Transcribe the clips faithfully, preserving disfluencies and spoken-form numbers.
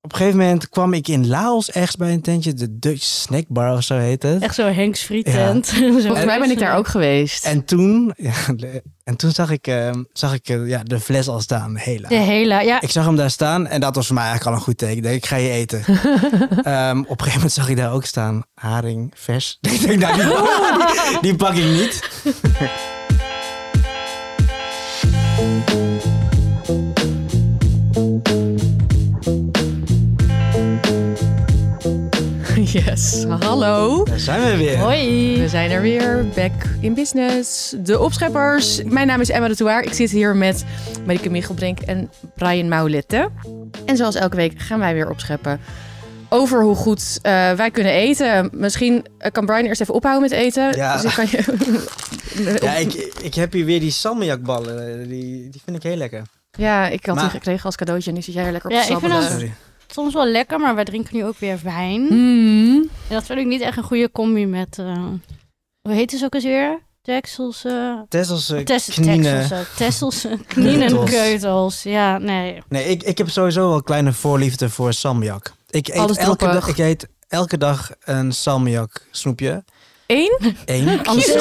op een gegeven moment kwam ik in Laos ergens bij een tentje. De Dutch Snack Bar of zo heet het. Echt zo'n Henks frietent. Ja. Volgens mij ben ik daar ook geweest. En toen, ja, en toen zag ik, uh, zag ik uh, ja, de fles al staan, de Hela. De Hela, ja. Ik zag hem daar staan en dat was voor mij eigenlijk al een goed teken. Ik denk, ik ga je eten. um, op een gegeven moment zag ik daar ook staan, haring, vers. Ik denk, nou, die, die, die pak ik niet. Yes, hallo. Daar zijn we weer. Hoi. We zijn er weer, back in business. De opscheppers. Mijn naam is Emma de Touaar. Ik zit hier met Marieke Michelbrink en Brian Maulette. En zoals elke week gaan wij weer opscheppen over hoe goed uh, wij kunnen eten. Misschien uh, kan Brian eerst even ophouden met eten. Ja, dus kan je... ja ik, ik heb hier weer die salmiakballen. Die, die vind ik heel lekker. Ja, ik had maar... die gekregen als cadeautje en nu zit jij er lekker op ja, te sabbelen. Ik vind dat Sorry. soms wel lekker, maar wij drinken nu ook weer wijn. Mm. En dat vind ik niet echt een goede combi met... Uh, hoe heet het ook eens weer? Texelse... Tesselse Tes- knienen. Texelse knienenkreutels. Ja, nee. Nee, ik, ik heb sowieso wel een kleine voorliefde voor salmiak. Ik eet, elke dag, ik eet elke dag een salmiak snoepje. Eén? Eén. Anders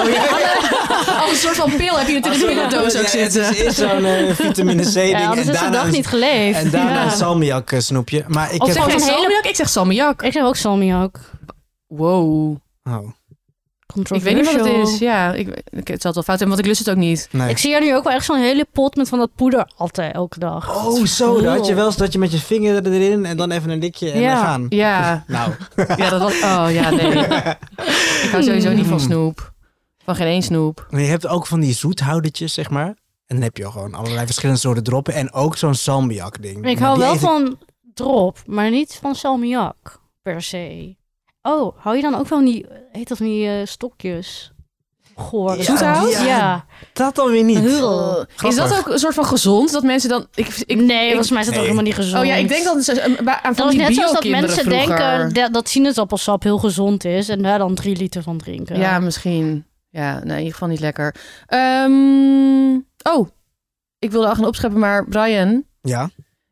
Als een soort van pil heb je natuurlijk in de doos ook zitten. Het is, is zo'n uh, vitamine C ding. Ja, en is de dag niet geleefd. En daarna ja. een salmiak snoepje. Maar ik of heb zeg je een salmiak? hele... Ik zeg salmiak. Ik zeg ook salmiak. Wow. Oh. Ik weet niet wat het is. Ja, ik, ik, het zal het wel fout hebben, want ik lust het ook niet. Nee. Ik zie er nu ook wel echt zo'n hele pot met van dat poeder altijd elke dag. Oh, zo. Dat had je wel eens dat je met je vinger erin en dan even een dikje en ja. dan gaan. Ja. Nou. Ja, dat was... Oh, ja, nee. Ik hou sowieso niet van snoep. Van geen één snoep. Maar je hebt ook van die zoethoudertjes, zeg maar. En dan heb je gewoon allerlei verschillende soorten droppen. En ook zo'n salmiak ding. Ik hou wel eten... van drop, maar niet van salmiak per se. Oh, hou je dan ook van die, heet dat van die uh, stokjes? Goor. Ja, zoethout? Ja. ja. Dat dan weer niet. Uh, is dat ook een soort van gezond? Dat mensen dan... Ik, ik, nee, ik, volgens mij is dat nee. ook helemaal niet gezond. Oh ja, ik denk dat het aan van dat die is net zoals dat mensen vroeger. denken dat, dat sinaasappelsap heel gezond is en daar dan drie liter van drinken. Ja, misschien. Ja, nee, in ieder geval niet lekker. Um, oh, ik wilde al gaan opscheppen, maar Brian. Ja?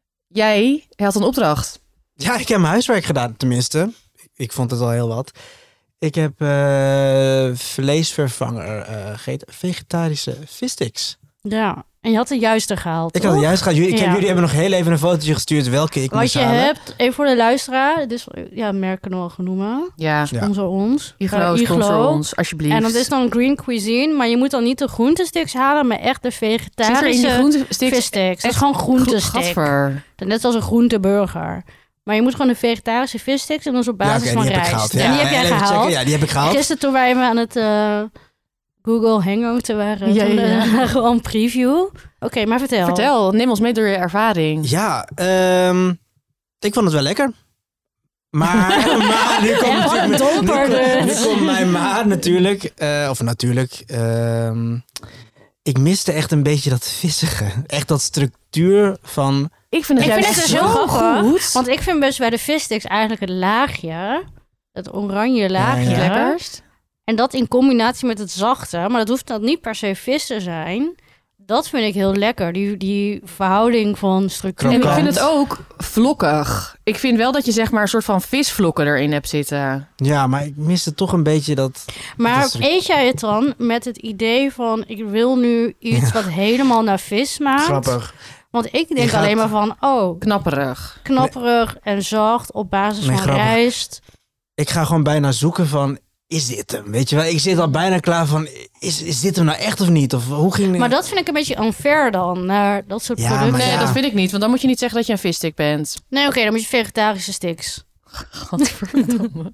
Jij had een opdracht. Ja, ik heb mijn huiswerk gedaan, tenminste. Ik vond het al heel wat. Ik heb uh, vleesvervanger uh, gegeten. Vegetarische vissticks. Ja, en je had de juiste gehaald. Ik had het juist gehaald. Jullie, ik ja. heb, jullie hebben nog heel even een fotootje gestuurd welke ik Wat moest je halen. hebt, even voor de luisteraar, dus ja, merken we al genoemd. Ja. Sponsor ons. Iglo, sponsor ons, alsjeblieft. En dat is dan green cuisine, maar je moet dan niet de groentesticks halen, maar echt de vegetarische vissticks. Dat is gewoon groentestick. Net zoals een groenteburger. Maar je moet gewoon de vegetarische vissticks en dan is op basis ja, okay, van rijst. Ja, en die heb jij gehaald. Checken. Ja, die heb ik gehaald. Gisteren toen wij aan het uh, Google Hangouten waren, ja, toen, ja. Uh, gewoon preview. Oké, okay, maar vertel. Vertel, neem ons mee door je ervaring. Ja, um, ik vond het wel lekker. Maar, maar nu komt ja, natuurlijk... Domper, nu, nu komt mijn maat natuurlijk. Uh, of natuurlijk... Uh, ik miste echt een beetje dat vissige. Echt dat structuur van... Ik vind het, ik vind het dus heel goed. Want ik vind best bij de vissticks eigenlijk het laagje. Het oranje laagje. Ja, ja. Lekkerst. En dat in combinatie met het zachte. Maar dat hoeft dan niet per se vis te zijn. Dat vind ik heel lekker. Die, die verhouding van structuur. En ik vind het ook vlokkig. Ik vind wel dat je zeg maar een soort van visvlokken erin hebt zitten. Ja, maar ik miste toch een beetje dat... Maar dat eet jij het dan met het idee van... ik wil nu iets ja. wat helemaal naar vis smaakt? Grappig. Want ik denk alleen maar van, oh... Knapperig. Knapperig nee. en zacht op basis nee, van grappig. rijst. Ik ga gewoon bijna zoeken van... Is dit hem? Weet je wel, ik zit al bijna klaar van... Is, is dit hem nou echt of niet? Of hoe ging... Maar dat vind ik een beetje unfair dan, naar dat soort ja, producten. Nee, ja. dat vind ik niet. Want dan moet je niet zeggen dat je een visstick bent. Nee, oké, okay, dan moet je vegetarische sticks. Godverdomme.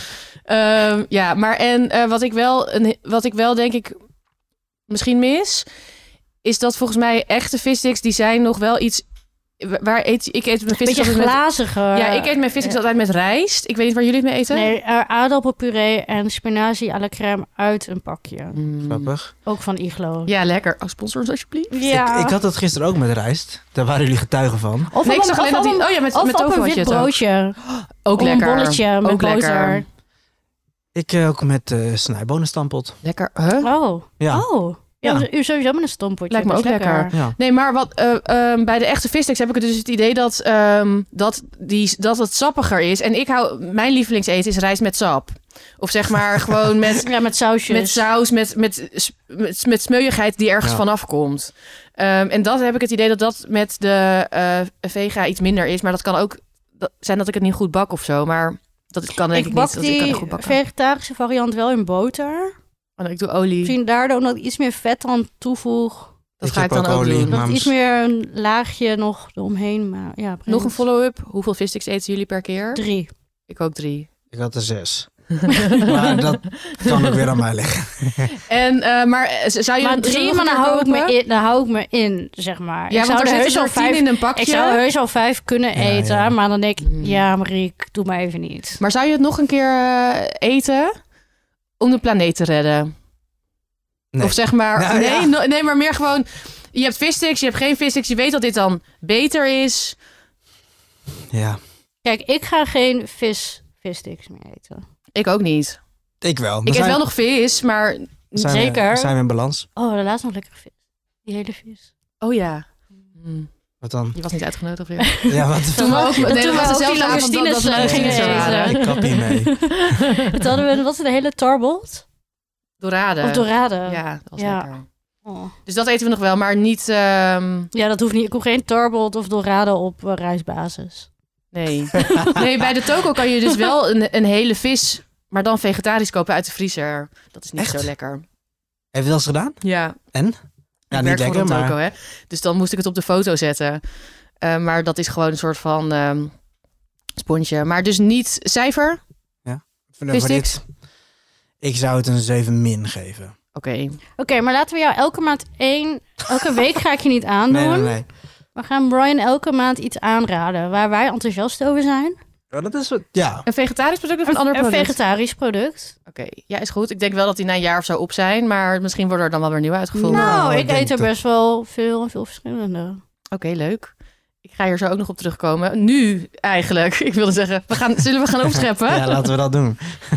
um, ja, maar en uh, wat ik wel, een, wat ik wel denk ik misschien mis... is dat volgens mij echte vissticks... die zijn nog wel iets... Waar eet ik eet mijn vissticks beetje glaziger. Met, ja, ik eet mijn vissticks ja. altijd met rijst. Ik weet niet waar jullie het mee eten. Nee, uh, aardappelpuree en spinazie à la crème uit een pakje. Mm. Grappig. Ook van Iglo. Ja, lekker. Oh, sponsor ons alsjeblieft. Ja. Ik, ik had het gisteren ook met rijst. Daar waren jullie getuigen van. Of nee, ik zag een, alleen dat die... Een, Oh ja, met, of met tofu een wit broodje. Ook, ook lekker. Een bolletje met ook boter. Lekker. Ik uh, ook met uh, snijbonenstampot. Lekker. Huh? Oh. Ja. Oh. Ja, ja. U sowieso met een stompotje. Lijkt me ook lekker. lekker. Ja. Nee, maar wat uh, uh, bij de echte vissticks heb ik dus het idee dat, um, dat, die, dat het sappiger is. En ik hou, mijn lievelingseten is rijst met sap. Of zeg maar gewoon met... ja, met sausjes. Met saus, met, met, met, met smeuigheid die ergens ja. vanaf komt. Um, en dat heb ik het idee dat dat met de uh, vega iets minder is. Maar dat kan ook dat, zijn dat ik het niet goed bak of zo. Maar dat kan denk ik, ik niet. Dat ik kan het goed bakken. Vegetarische variant wel in boter. Oh, ik doe olie. Misschien daardoor dat ik iets meer vet dan toevoeg. Dat ik ga ik dan ook olie, doen. Dat iets meer een laagje nog eromheen. Maar ja, nog een follow-up. Hoeveel vissticks eten jullie per keer? Drie. Ik ook drie. Ik had er zes. Maar dat kan ook weer aan mij liggen. En, uh, maar zou je maar drie, maar dan hou, ik me in, dan hou ik me in, zeg maar. Ja, ik want zou er zitten er tien in een pakje. Ik zou heus al vijf kunnen ja, eten, ja. maar dan denk ik, ja Mariek, doe maar even niet. Maar zou je het nog een keer uh, eten om de planeet te redden? Nee. Of zeg maar, nou, nee, ja. no, nee, maar meer gewoon, je hebt vissticks, je hebt geen vissticks, je weet dat dit dan beter is. Ja. Kijk, ik ga geen vis, vissticks meer eten. Ik ook niet. Ik wel. Ik eet wel nog vis, maar zijn zeker. We, zijn we in balans? Oh, de laatste nog lekkere vis. Die hele vis. Oh ja. Hmm. Wat dan? Je was niet uitgenodigd weer. Ja, wat toen we ook, nee, toen we ook die langoustines gingen eten. Ik kap niet mee. Toen hadden we, wat was het, de hele tarbot? Dorade. Of dorade. Ja, dat was ja. lekker. Oh. Dus dat eten we nog wel, maar niet... Um... Ja, dat hoeft niet. Ik hoef geen tarbot of dorade op uh, reisbasis. Nee. Nee, bij de toko kan je dus wel een, een hele vis, maar dan vegetarisch kopen uit de vriezer. Dat is niet Echt? zo lekker. Heb je dat eens gedaan? Ja. En? Ja, ik niet lekker, maar... toko, hè? Dus dan moest ik het op de foto zetten. Uh, maar dat is gewoon een soort van um, sponsje. Maar dus niet cijfer? Ja. Voor dit, ik zou het een zeven min geven. Oké. Okay. Oké, okay, maar laten we jou elke maand één... Elke week ga ik je niet aandoen. Nee, nee, nee. We gaan Brian elke maand iets aanraden waar wij enthousiast over zijn. Ja, dat is wat, ja. Een vegetarisch product of een, een ander product? Een vegetarisch product. Oké, okay. Ja, is goed. Ik denk wel dat die na een jaar of zo op zijn, maar misschien worden er dan wel weer nieuwe uitgevonden. Nou, nou ik, ik eet er best wel veel en veel verschillende. Oké, okay, leuk. Ik ga hier zo ook nog op terugkomen. Nu eigenlijk. Ik wilde zeggen, we gaan, zullen we gaan opscheppen? Ja, laten we dat doen.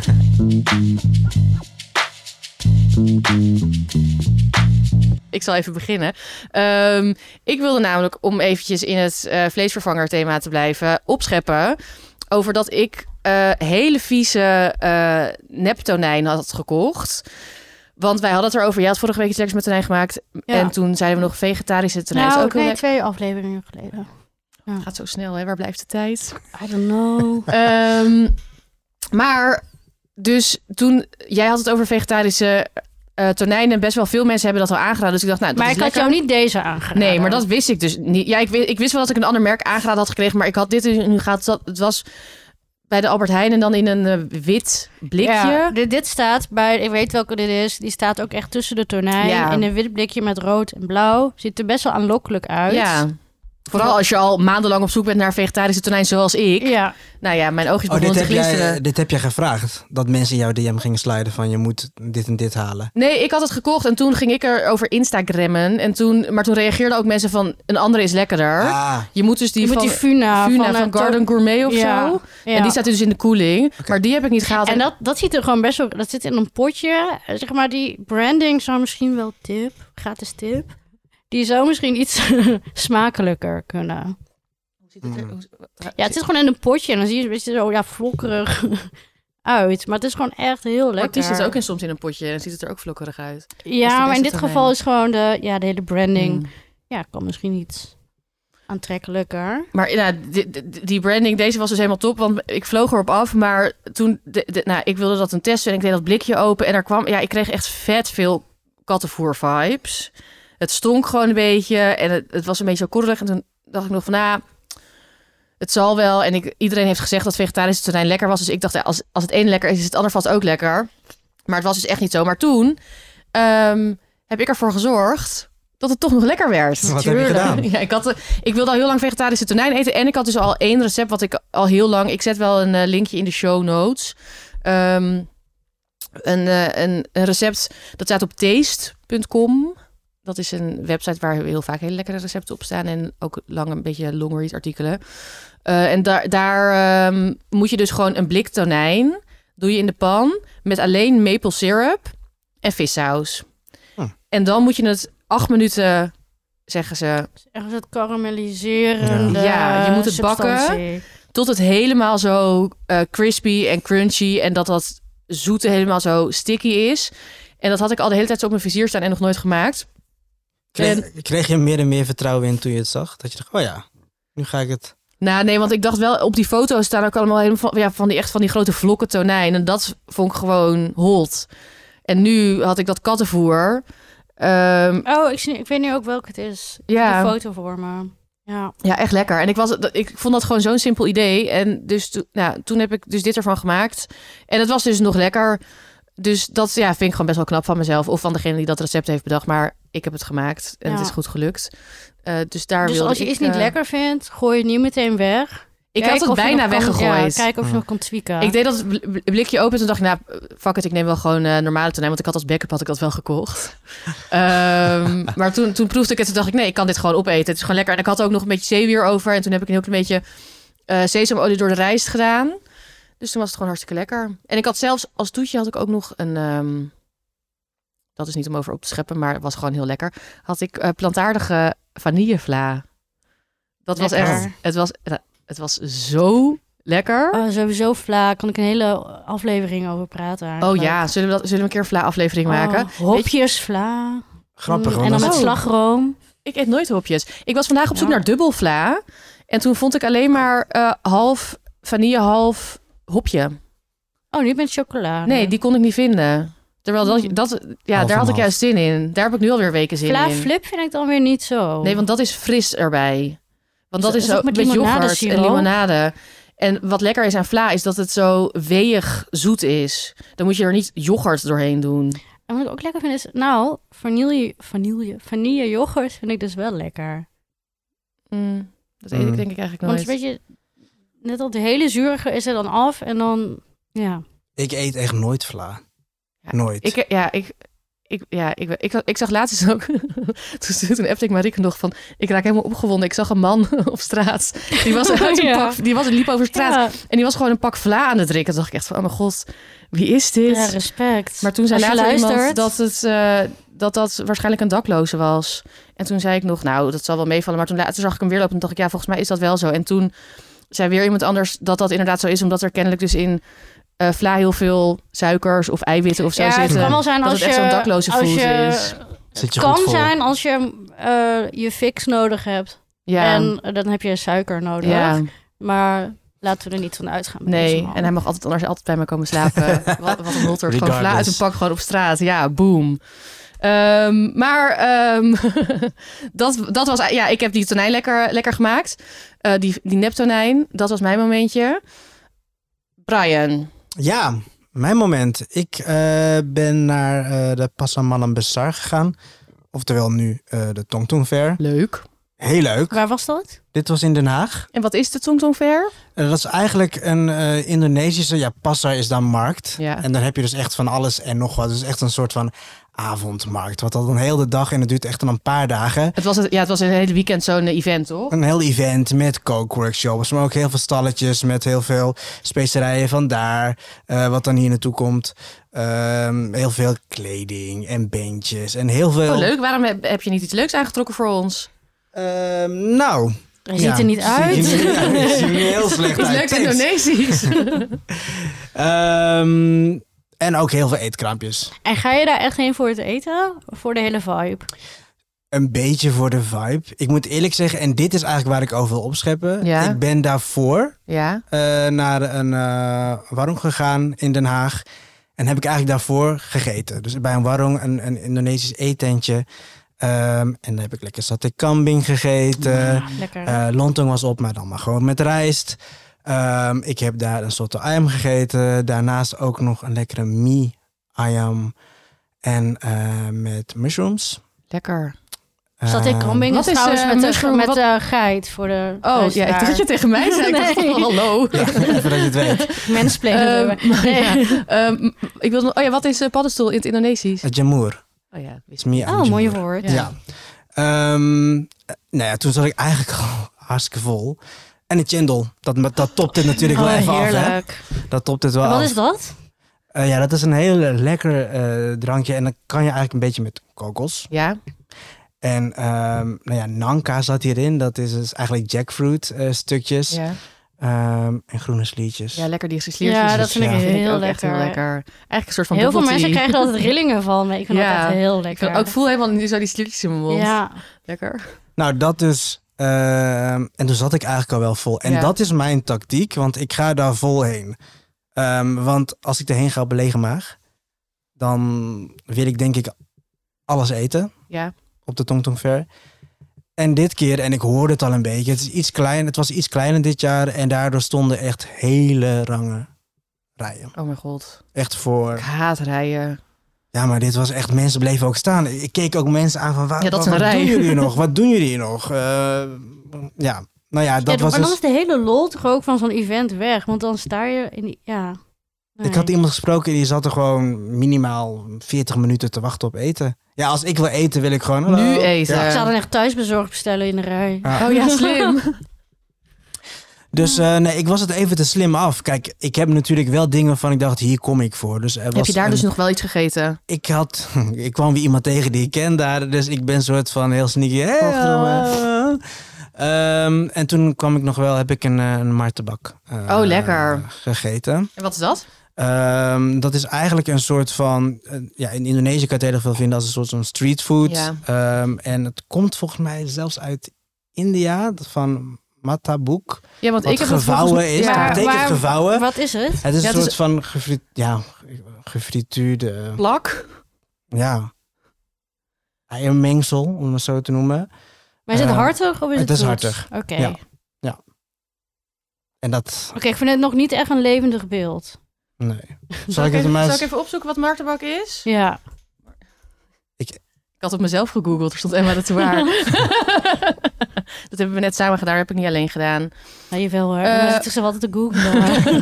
Ik zal even beginnen. Um, ik wilde namelijk, om eventjes in het uh, vleesvervanger thema te blijven, opscheppen over dat ik uh, hele vieze uh, neptonijn had gekocht. Want wij hadden het erover. Jij had vorige week iets lekkers met tonijn gemaakt. Ja. En toen zeiden we nog vegetarische tonijn. Nou, ook nee, le- twee afleveringen geleden. Ja. Het gaat zo snel, hè? Waar blijft de tijd? I don't know. um, maar, dus toen... Jij had het over vegetarische uh, tonijn. En best wel veel mensen hebben dat al aangeraden. Dus ik dacht, nou, dat maar is ik lekker. had jou niet deze aangeraden. Nee, maar dat wist ik dus niet. Ja, ik wist, ik wist wel dat ik een ander merk aangeraden had gekregen. Maar ik had dit nu gaat. Het was bij de Albert Heijn en dan in een uh, wit blikje. Ja, dit, dit staat bij, ik weet welke dit is. Die staat ook echt tussen de tonijn. Ja. In een wit blikje met rood en blauw. Ziet er best wel aanlokkelijk uit. Ja. Vooral als je al maandenlang op zoek bent naar vegetarische tonijn zoals ik. Ja. Nou ja, mijn oogjes oh, begonnen te glisteren. glinsteren. Dit heb jij gevraagd? Dat mensen jouw D M gingen sliden van je moet dit en dit halen? Nee, ik had het gekocht en toen ging ik er over Instagrammen. En toen, maar toen reageerden ook mensen van een andere is lekkerder. Ah. Je moet dus die, je van, moet die Funa, Funa van, van, van Garden Gourmet of ja. zo. Ja. En die staat dus in de koeling. Okay. Maar die heb ik niet gehaald. En dat, dat ziet er gewoon best wel... Dat zit in een potje. Zeg maar, die branding zou misschien wel tip. Gratis tip. Die zou misschien iets smakelijker kunnen. Het er, ja, het zit gewoon in een potje en dan zie je een beetje zo ja, vlokkerig uit. Maar het is gewoon echt heel lekker. Maar die zit ook in, soms in een potje en dan ziet het er ook vlokkerig uit. Ja, maar in dit geval is gewoon de, ja, de hele branding... Mm. Ja, kan misschien iets aantrekkelijker. Maar ja, die, die, die branding, deze was dus helemaal top. Want ik vloog erop af. Maar toen, de, de, nou, ik wilde dat een testen en ik deed dat blikje open. En er kwam, ja, ik kreeg echt vet veel kattenvoer vibes. Het stonk gewoon een beetje en het, het was een beetje zo korrelig. En toen dacht ik nog van, nou... Het zal wel. En ik, iedereen heeft gezegd dat vegetarische tonijn lekker was. Dus ik dacht, als, als het ene lekker is, is het ander vast ook lekker. Maar het was dus echt niet zo. Maar toen um, heb ik ervoor gezorgd dat het toch nog lekker werd. Wat Tuurlijk. heb je gedaan? Ja, ik, had, ik wilde al heel lang vegetarische tonijn eten. En ik had dus al één recept wat ik al heel lang... Ik zet wel een uh, linkje in de show notes. Um, een, uh, een, een recept dat staat op taste punt com. Dat is een website waar heel vaak hele lekkere recepten op staan. En ook lang een beetje long-read artikelen. Uh, en daar, daar um, moet je dus gewoon een blik tonijn... doe je in de pan met alleen maple syrup en vissaus. Hm. En dan moet je het acht minuten, zeggen ze... Echt het karamelliseren. Ja, ja, je moet het substantie. bakken tot het helemaal zo uh, crispy en crunchy. En dat dat zoete helemaal zo sticky is. En dat had ik al de hele tijd zo op mijn vizier staan en nog nooit gemaakt. Kreeg, en, kreeg je meer en meer vertrouwen in toen je het zag? Dat je dacht, oh ja, nu ga ik het... Nou, nee, want ik dacht wel, op die foto's staan ook allemaal helemaal van, ja, van die echt van die grote vlokken tonijn. En dat vond ik gewoon hot. En nu had ik dat kattenvoer. Um, oh, ik, zie, ik weet nu ook welke het is. Ja. De foto voor me. Ja. ja, echt lekker. En ik, was, ik vond dat gewoon zo'n simpel idee. En dus to, nou, toen heb ik dus dit ervan gemaakt. En het was dus nog lekker. Dus dat ja, vind ik gewoon best wel knap van mezelf. Of van degene die dat recept heeft bedacht. Maar ik heb het gemaakt en ja. het is goed gelukt. Uh, dus daar dus als je ik, iets niet uh, lekker vindt, gooi je het niet meteen weg. Ik kijk had het bijna weggegooid. Ja, kijk of je nog kan tweaken. Ik deed dat blikje open en toen dacht ik, nou, fuck it, ik neem wel gewoon uh, normale tonijn. Want ik had als backup had ik dat wel gekocht. um, maar toen, toen proefde ik het en dacht ik, nee, ik kan dit gewoon opeten. Het is gewoon lekker. En ik had ook nog een beetje zeewier over. En toen heb ik een heel klein beetje uh, sesamolie door de rijst gedaan. Dus toen was het gewoon hartstikke lekker. En ik had zelfs als toetje had ik ook nog een... Um, dat is niet om over op te scheppen, maar het was gewoon heel lekker. Had ik uh, plantaardige vanillevla. Dat lekker. was echt... Het was... Uh, Het was zo lekker. Oh, sowieso vla. Kan ik een hele aflevering over praten. Eigenlijk. Oh ja, zullen we, dat, zullen we een keer een vla-aflevering oh, maken? Hopjes vla. Grappig. Mm, en dan met oh. slagroom. Ik eet nooit hopjes. Ik was vandaag op zoek ja. naar dubbel vla. En toen vond ik alleen maar uh, half vanille, half hopje. Oh, niet met chocolade. Nee, die kon ik niet vinden. Terwijl dat, dat ja, half daar had ik juist zin in. Daar heb ik nu alweer weken zin vla in. Vla flip vind ik dan weer niet zo. Nee, want dat is fris erbij. Want dat is, is zo met, met yoghurt siroop? en limonade. En wat lekker is aan vla is dat het zo weeg zoet is. Dan moet je er niet yoghurt doorheen doen. En wat ik ook lekker vind is... Nou, vanille, vanille, vanille yoghurt vind ik dus wel lekker. Mm, dat eet mm. ik denk ik eigenlijk nooit. Want weet je, net al de hele zurige is er dan af en dan... Ja. Ik eet echt nooit vla. Ja, nooit. Ik, ja, ik... Ik, ja, ik, ik, ik zag laatst eens ook... toen, toen appte ik Marieke nog van... Ik raak helemaal opgewonden. Ik zag een man op straat. Die was uit een ja. pak... Die was, liep over straat. Ja. En die was gewoon een pak vla aan het drinken. Toen dacht ik echt van... Oh mijn god, wie is dit? Ja, respect. Maar toen zei later iemand dat, het, uh, dat dat waarschijnlijk een dakloze was. En toen zei ik nog... Nou, dat zal wel meevallen. Maar toen later zag ik hem weer lopen. En dacht ik... Ja, volgens mij is dat wel zo. En toen zei weer iemand anders dat dat inderdaad zo is. Omdat er kennelijk dus in... Uh, vla heel veel suikers of eiwitten of zo ja, zitten. Het kan wel zijn dat als het echt je, zo'n dakloze als food je, is. Het kan zijn als je uh, je fix nodig hebt. Ja. En uh, dan heb je suiker nodig. Ja. Maar laten we er niet van uitgaan. Nee, en hij mag altijd anders altijd bij me komen slapen. wat, wat een hotter. Gewoon vla uit een pak gewoon op straat. Ja, boom. Um, maar um, dat, dat was... Ja, ik heb die tonijn lekker, lekker gemaakt. Uh, die, die neptonijn, dat was mijn momentje. Brian... Ja, mijn moment. Ik uh, ben naar uh, de Pasamalam Bazaar gegaan. Oftewel nu uh, de Tongtong Fair. Leuk. Heel leuk. Waar was dat? Dit was in Den Haag. En wat is de Tongtong Fair? Uh, dat is eigenlijk een uh, Indonesische... Ja, pasar is dan markt. Ja. En dan heb je dus echt van alles en nog wat. Dus echt een soort van avondmarkt. Wat al een hele dag en het duurt echt dan een paar dagen. Het was, het, ja, het was een hele weekend zo'n event, toch? Een heel event met kookworkshops. Maar ook heel veel stalletjes met heel veel specerijen vandaar. Uh, wat dan hier naartoe komt. Um, heel veel kleding en bandjes en heel veel... Oh, leuk. Waarom heb, heb je niet iets leuks aangetrokken voor ons? Um, nou... Hij ziet ja, er niet uit. Ziet er, ja, hij ziet er heel slecht uit. uit. Leuk Indonesisch. um, en ook heel veel eetkraampjes. En ga je daar echt heen voor het eten? Of voor de hele vibe? Een beetje voor de vibe. Ik moet eerlijk zeggen, en dit is eigenlijk waar ik over wil opscheppen. Ja. Ik ben daarvoor ja. uh, naar een uh, warung gegaan in Den Haag. En heb ik eigenlijk daarvoor gegeten. Dus bij een warung, een, een Indonesisch eetentje. Um, en dan heb ik lekker sate kambing gegeten. Ja, lekker. Uh, lontong was op, maar dan maar gewoon met rijst. Um, ik heb daar een soto ayam gegeten. Daarnaast ook nog een lekkere mie ayam. En uh, met mushrooms. Lekker. Sate kambing is trouwens uh, met, mushroom, met uh, geit voor de... Oh, ja, ik dacht dat je tegen mij zei. Nee. Ik dacht, oh, hallo. Ja, even dat je het weet. Mensplegen. Um, nee. ja, um, ik wilde, oh ja, wat is uh, paddenstoel in het Indonesisch? Het jamur. Oh ja, is mie oh, mooie woord. Ja. ja. Um, nou ja, toen zat ik eigenlijk al hartstikke vol. En een chendol. Dat, dat topt het natuurlijk oh, wel even heerlijk. af. Hè? Dat topt het wel en wat af. is dat? Uh, ja, dat is een heel lekker uh, drankje. En dan kan je eigenlijk een beetje met kokos. Ja. En um, nou ja, Nanka zat hierin. Dat is dus eigenlijk jackfruit uh, stukjes. Ja. Um, en groene sliertjes. Ja, lekker die sliertjes. Ja, dat vind ik ja. heel, vind ik lekker. heel lekker. Eigenlijk een soort van heel veel bubbeltea. mensen krijgen altijd rillingen van. Maar ik vind ja. dat echt heel lekker. Ik, ook voel helemaal nu zo die sliertjes in mijn mond. Ja. Lekker. Nou, dat dus... Uh, en toen zat ik eigenlijk al wel vol. En ja. dat is mijn tactiek, want ik ga daar vol heen. Um, want als ik erheen ga op een lege maag, dan wil ik denk ik alles eten. Ja. Op de Tong Tong Fair. En dit keer, en ik hoorde het al een beetje, het is iets klein, het was iets kleiner dit jaar. En daardoor stonden echt hele range rijen. Oh mijn god. Echt voor... Ik haat rijen. Ja, maar dit was echt, mensen bleven ook staan. Ik keek ook mensen aan van, waar, ja, dat wat, is een wat rij. doen jullie nog? Wat doen jullie nog? Uh, ja, nou ja, dat ja, was maar dan dus... is de hele lol toch ook van zo'n event weg. Want dan sta je in die, ja... Nee. Ik had iemand gesproken die zat er gewoon minimaal veertig minuten te wachten op eten. Ja, als ik wil eten, wil ik gewoon... Hallo. Nu eten. Ja. Ik zou dan echt thuisbezorgd bestellen in de rij. Ja. Oh ja, slim. Dus uh, nee, ik was het even te slim af. Kijk, ik heb natuurlijk wel dingen waarvan ik dacht, hier kom ik voor. Dus er was heb je daar een, dus nog wel iets gegeten? Ik had, ik kwam weer iemand tegen die ik ken daar. Dus ik ben soort van heel sneaky. Hey, um, en toen kwam ik nog wel, heb ik een, een martenbak uh, oh, lekker. gegeten. En wat is dat? Um, dat is eigenlijk een soort van... Uh, ja, in Indonesië kan je het heel erg veel vinden als een soort van street food. Ja. Um, en het komt volgens mij zelfs uit India, van Matabuk. Ja, want wat ik heb gevouwen volgens... is. Ja, dat betekent waar, gevouwen. Wat is het? Het is ja, een het soort is... van gefrit, ja, gefrituurde... Plak? Ja. Eiermengsel, om het zo te noemen. Maar is het uh, hartig of is het Het is zoet? hartig. Oké. Okay. Ja. ja. En dat... Oké, okay, ik vind het nog niet echt een levendig beeld. Nee. Zal, zal, ik, even, maar... zal ik even opzoeken wat martenbak is? Ja. Ik... ik had op mezelf gegoogeld. Er stond Emma de Touaar. Dat hebben we net samen gedaan. Dat heb ik niet alleen gedaan. Ja, jawel hoor. Uh, zitten ze altijd te googlen.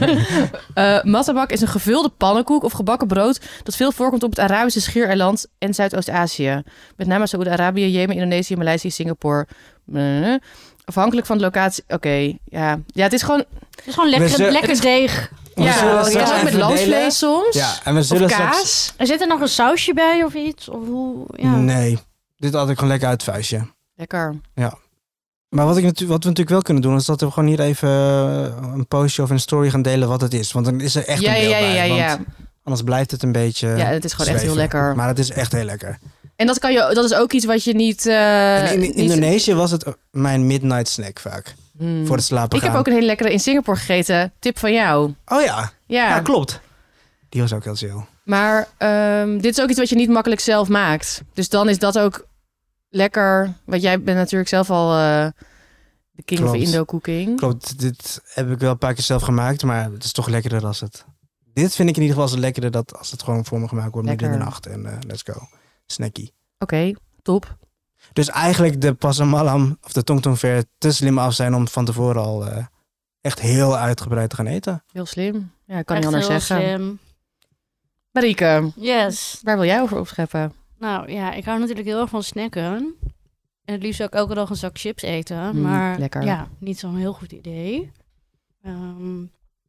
uh, Mattabak is een gevulde pannenkoek of gebakken brood dat veel voorkomt op het Arabische Schiereiland en Zuidoost-Azië. Met name Saoedi-Arabië, Jemen, Indonesië, Maleisië, Singapore. Uh, afhankelijk van de locatie. Oké, okay, ja. Ja, het is gewoon... Het is gewoon lekker, zullen, lekker is, deeg. Ja, ja, ja ook met lamsvlees soms. Ja, en we zullen of kaas. Straks... Er zit er nog een sausje bij of iets? Of hoe, ja. Nee, dit had ik gewoon lekker uit het vuistje. Lekker. Ja. Maar wat, ik natu- wat we natuurlijk wel kunnen doen, is dat we gewoon hier even een postje of een story gaan delen wat het is. Want dan is er echt ja, een beeld ja, ja, bij. ja, ja. Want anders blijft het een beetje Ja, het is gewoon zweven. echt heel lekker. Maar het is echt heel lekker. En dat, kan je, dat is ook iets wat je niet... Uh, in niet... Indonesië was het mijn midnight snack vaak. Hmm. Voor het slapen Ik gaan. heb ook een hele lekkere in Singapore gegeten. Tip van jou. Oh ja. Ja, ja klopt. Die was ook heel chill. Maar um, dit is ook iets wat je niet makkelijk zelf maakt. Dus dan is dat ook lekker. Want jij bent natuurlijk zelf al uh, de king klopt. of Indo-cooking. Klopt, dit heb ik wel een paar keer zelf gemaakt. Maar het is toch lekkerder als het... Dit vind ik in ieder geval als het lekkerder dat als het gewoon voor me gemaakt wordt midden in de nacht. En uh, let's go. Snacky. Oké, okay, top. Dus eigenlijk de Pasar Malam of de Tong Tong Fair te slim af zijn om van tevoren al uh, echt heel uitgebreid te gaan eten. Heel slim. Ja, ik kan echt niet anders heel zeggen. Slim. Marieke. Yes. Waar wil jij over opscheppen? Nou ja, ik hou natuurlijk heel erg van snacken. En het liefst ook elke dag een zak chips eten. Mm, maar lekker. Ja, niet zo'n heel goed idee. Um,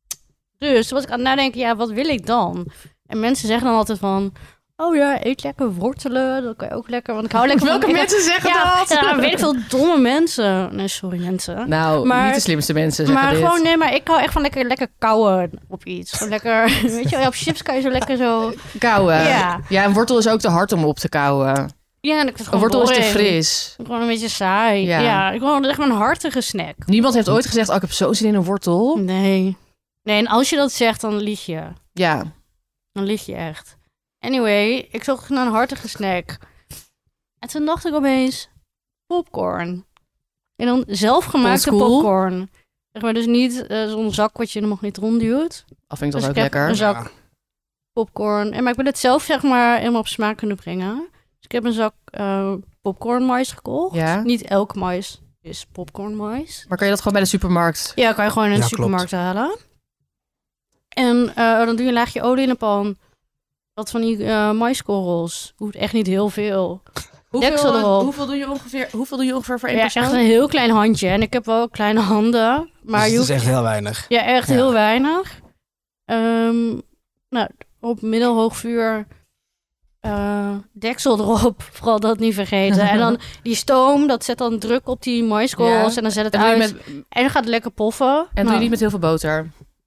dus was ik aan het nadenken, ja, wat wil ik dan? En mensen zeggen dan altijd van... Oh ja, eet lekker wortelen. Dat kan je ook lekker. Want ik hou lekker Welke van... mensen ik, zeggen ja, dat? Ja, weet ik veel domme mensen. Nee, sorry mensen. Nou, maar, niet de slimste mensen zeggen maar dit. gewoon, nee, maar ik hou echt van lekker, lekker kauwen op iets. Gewoon lekker, weet je wel, op chips kan je zo lekker zo... Kauwen? Ja. Ja, een wortel is ook te hard om op te kauwen. Ja, en ik vind een wortel boring. is te fris. Gewoon een beetje saai. Ja, ja ik gewoon echt een hartige snack. Niemand heeft ooit gezegd, oh, ik heb zo'n zin in een wortel. Nee. Nee, en als je dat zegt, dan lieg je. Ja. Dan lieg je echt. Anyway, ik zocht naar een hartige snack. En toen dacht ik opeens, popcorn. En dan zelfgemaakte popcorn. Zeg maar dus niet uh, zo'n zak wat je in de magnetron duwt. Of vind ik dat dus ook ik lekker. Een zak ja. popcorn. En maar ik wil het zelf zeg maar helemaal op smaak kunnen brengen. Dus ik heb een zak uh, popcorn mais gekocht. Ja. Niet elke mais is popcorn mais. Maar kan je dat gewoon bij de supermarkt? Ja, kan je gewoon in de ja, supermarkt klopt. halen. En uh, dan doe je een laagje olie in de pan. Wat van die uh, maiskorrels. Hoeft echt niet heel veel. Hoeveel, hoeveel, doe je ongeveer, hoeveel doe je ongeveer voor één ja, persoon? Echt een heel klein handje. En ik heb wel kleine handen. Maar dus je het is hoeft... echt heel weinig. Ja, echt ja. heel weinig. Um, nou, op middelhoog vuur uh, deksel erop. Vooral dat niet vergeten. En dan die stoom, dat zet dan druk op die maiskolf ja. en dan zet het en uit. Met... En dan gaat het lekker poffen. En nou, doe je niet met heel veel boter?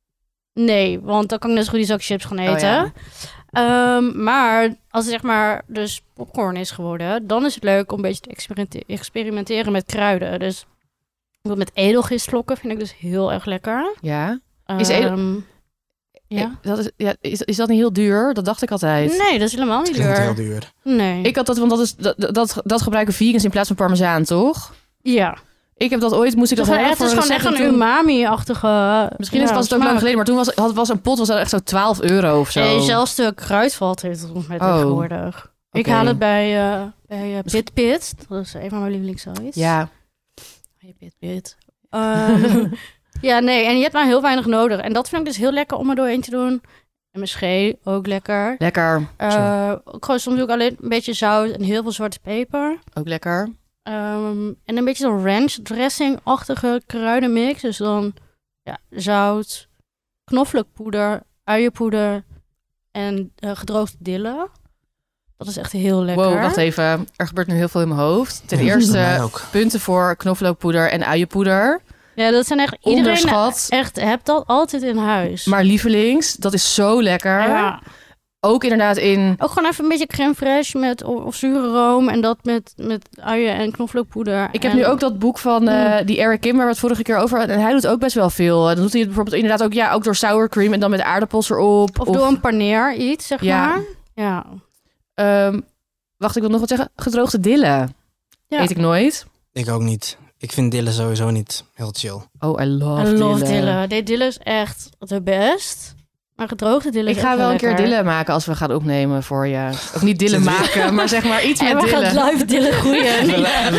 Nee, want dan kan ik net zo goed die zak chips gaan eten. Oh, ja. um, maar als het zeg maar dus popcorn is geworden, dan is het leuk om een beetje te experimenter- experimenteren met kruiden. Dus met edelgistvlokken vind ik dus heel erg lekker. Ja. Is edel... Um, ja. Dat is, ja, is, is dat niet heel duur? Dat dacht ik altijd. Nee, dat is helemaal niet duur. heel duur. Nee. Ik had dat, want dat, is, dat, dat, dat gebruiken vegans in plaats van parmezaan, toch? Ja. Ik heb dat ooit, moest ik dat, dat hebben Het voor is gewoon echt een toen... umami-achtige... Misschien ja, was het ook lang geleden, maar toen was, had, was een pot was dat echt zo twaalf euro of zo. Nee, zelfs de kruidvat heeft het met oh. tegenwoordig. Okay. Ik haal het bij, uh, bij uh, Pit Pit. Dat is een van mijn lievelingssites. Ja. Hey, Pit Pit. Um, ja, nee, en je hebt maar heel weinig nodig. En dat vind ik dus heel lekker om er doorheen te doen. En mijn schee, ook lekker. Lekker. Uh, gewoon soms doe ik alleen een beetje zout en heel veel zwarte peper. Ook lekker. Um, en een beetje zo'n ranch dressing-achtige kruidenmix. Dus dan ja, zout, knoflookpoeder, uienpoeder en uh, gedroogde dille. Dat is echt heel lekker. Wow, wacht even. Er gebeurt nu heel veel in mijn hoofd. Ten eerste punten voor knoflookpoeder en uienpoeder. Ja, dat zijn echt... Onderschat. Iedereen echt hebt dat altijd in huis. Maar lievelings, dat is zo lekker. Ja. Ook inderdaad in... Ook gewoon even een beetje crème fraîche met of, of zure room. En dat met, met uien en knoflookpoeder. Ik heb en... nu ook dat boek van uh, die Eric Kim, waar we het vorige keer over hadden. En hij doet ook best wel veel. Dan doet hij het bijvoorbeeld inderdaad ook, ja, ook door sour cream en dan met aardappels erop. Of, of... door een paneer iets, zeg ja. maar. Ja. Um, wacht, ik wil nog wat zeggen. Gedroogde dille. Ja. Eet ik nooit. Ik ook niet. Ik vind dille sowieso niet heel chill. Oh, I love, I love dille. dille. Nee, dille is echt de best. Maar gedroogde dille is Ik ga wel lekker. een keer dille maken als we gaan opnemen voor je. Of niet dille maken, maar zeg maar iets en met dille. En we gaan live dille groeien.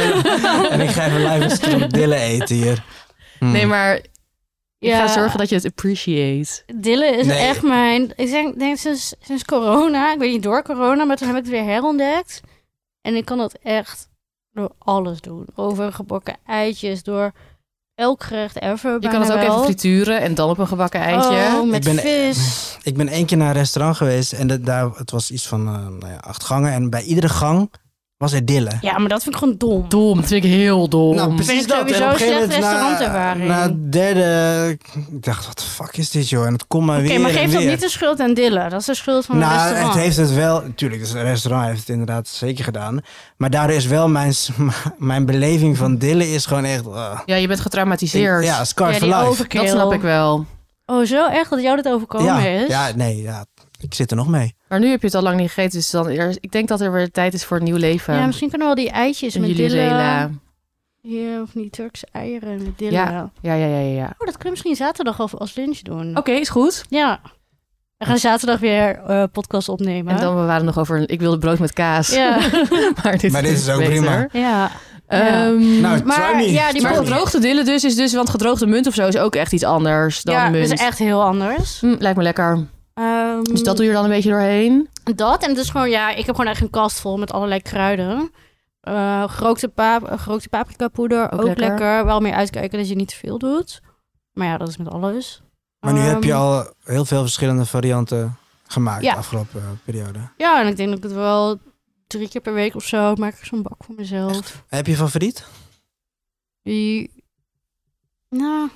En ik ga even live een stuk dille eten hier. Hmm. Nee, maar ik ja. ga zorgen dat je het appreciate. Dille is nee. echt mijn... Ik denk, denk sinds, sinds corona, ik weet niet door corona, maar toen heb ik het weer herontdekt. En ik kan dat echt door alles doen. Over gebakken eitjes, door... elk gerecht ever. Je kan het ook wel. even frituren en dan op een gebakken eitje. Oh, met ik ben, vis. Ik ben één keer naar een restaurant geweest en de, daar, het was iets van uh, nou ja, acht gangen. En bij iedere gang was er dille. Ja, maar dat vind ik gewoon dom. Dom, dat vind ik heel dom. Nou, precies vind ik sowieso een slechte restaurantervaring. Na, na derde, ik dacht, wat de fuck is dit joh? En het komt maar okay, weer Oké, maar geef dat niet de schuld aan dille. Dat is de schuld van nou, het restaurant. Het heeft het wel, natuurlijk, dus het restaurant heeft het inderdaad zeker gedaan. Maar daar is wel mijn, mijn beleving van dille is gewoon echt... Uh, ja, je bent getraumatiseerd. Ja, scar ja, for life. Overkill. Dat snap ik wel. Oh, zo erg dat jou dat overkomen ja, is? Ja, nee, ja. Ik zit er nog mee. Maar nu heb je het al lang niet gegeten, dus dan eerst, ik denk dat er weer tijd is voor een nieuw leven. Ja, misschien kunnen we wel die eitjes en met dille. Ja, of die Turkse eieren met dille. Ja, ja, ja, ja. ja. Oh, dat kunnen we misschien zaterdag als, als lunch doen. Oké, okay, is goed. Ja. We gaan zaterdag weer uh, podcast opnemen. En dan we waren nog over, ik wilde brood met kaas. Ja. maar dit, maar dit is ook beter. prima. Ja. Um, nou, maar, try me. Ja, die maar gedroogde dille dus is dus, want gedroogde munt of zo is ook echt iets anders dan ja, munt. Ja, dat is echt heel anders. Hm, lijkt me lekker. Um, dus dat doe je er dan een beetje doorheen? Dat, en het is gewoon, ja, ik heb gewoon echt een kast vol met allerlei kruiden. Uh, gerookte, pap- gerookte paprika poeder, ook, ook lekker. lekker. Wel meer uitkijken dat je niet te veel doet. Maar ja, dat is met alles. Maar nu um, heb je Ehm, al heel veel verschillende varianten gemaakt ja. de afgelopen uh, periode. Ja, en ik denk dat ik het wel drie keer per week of zo maak ik zo'n bak voor mezelf. Echt? Heb je een favoriet? Die... Nou...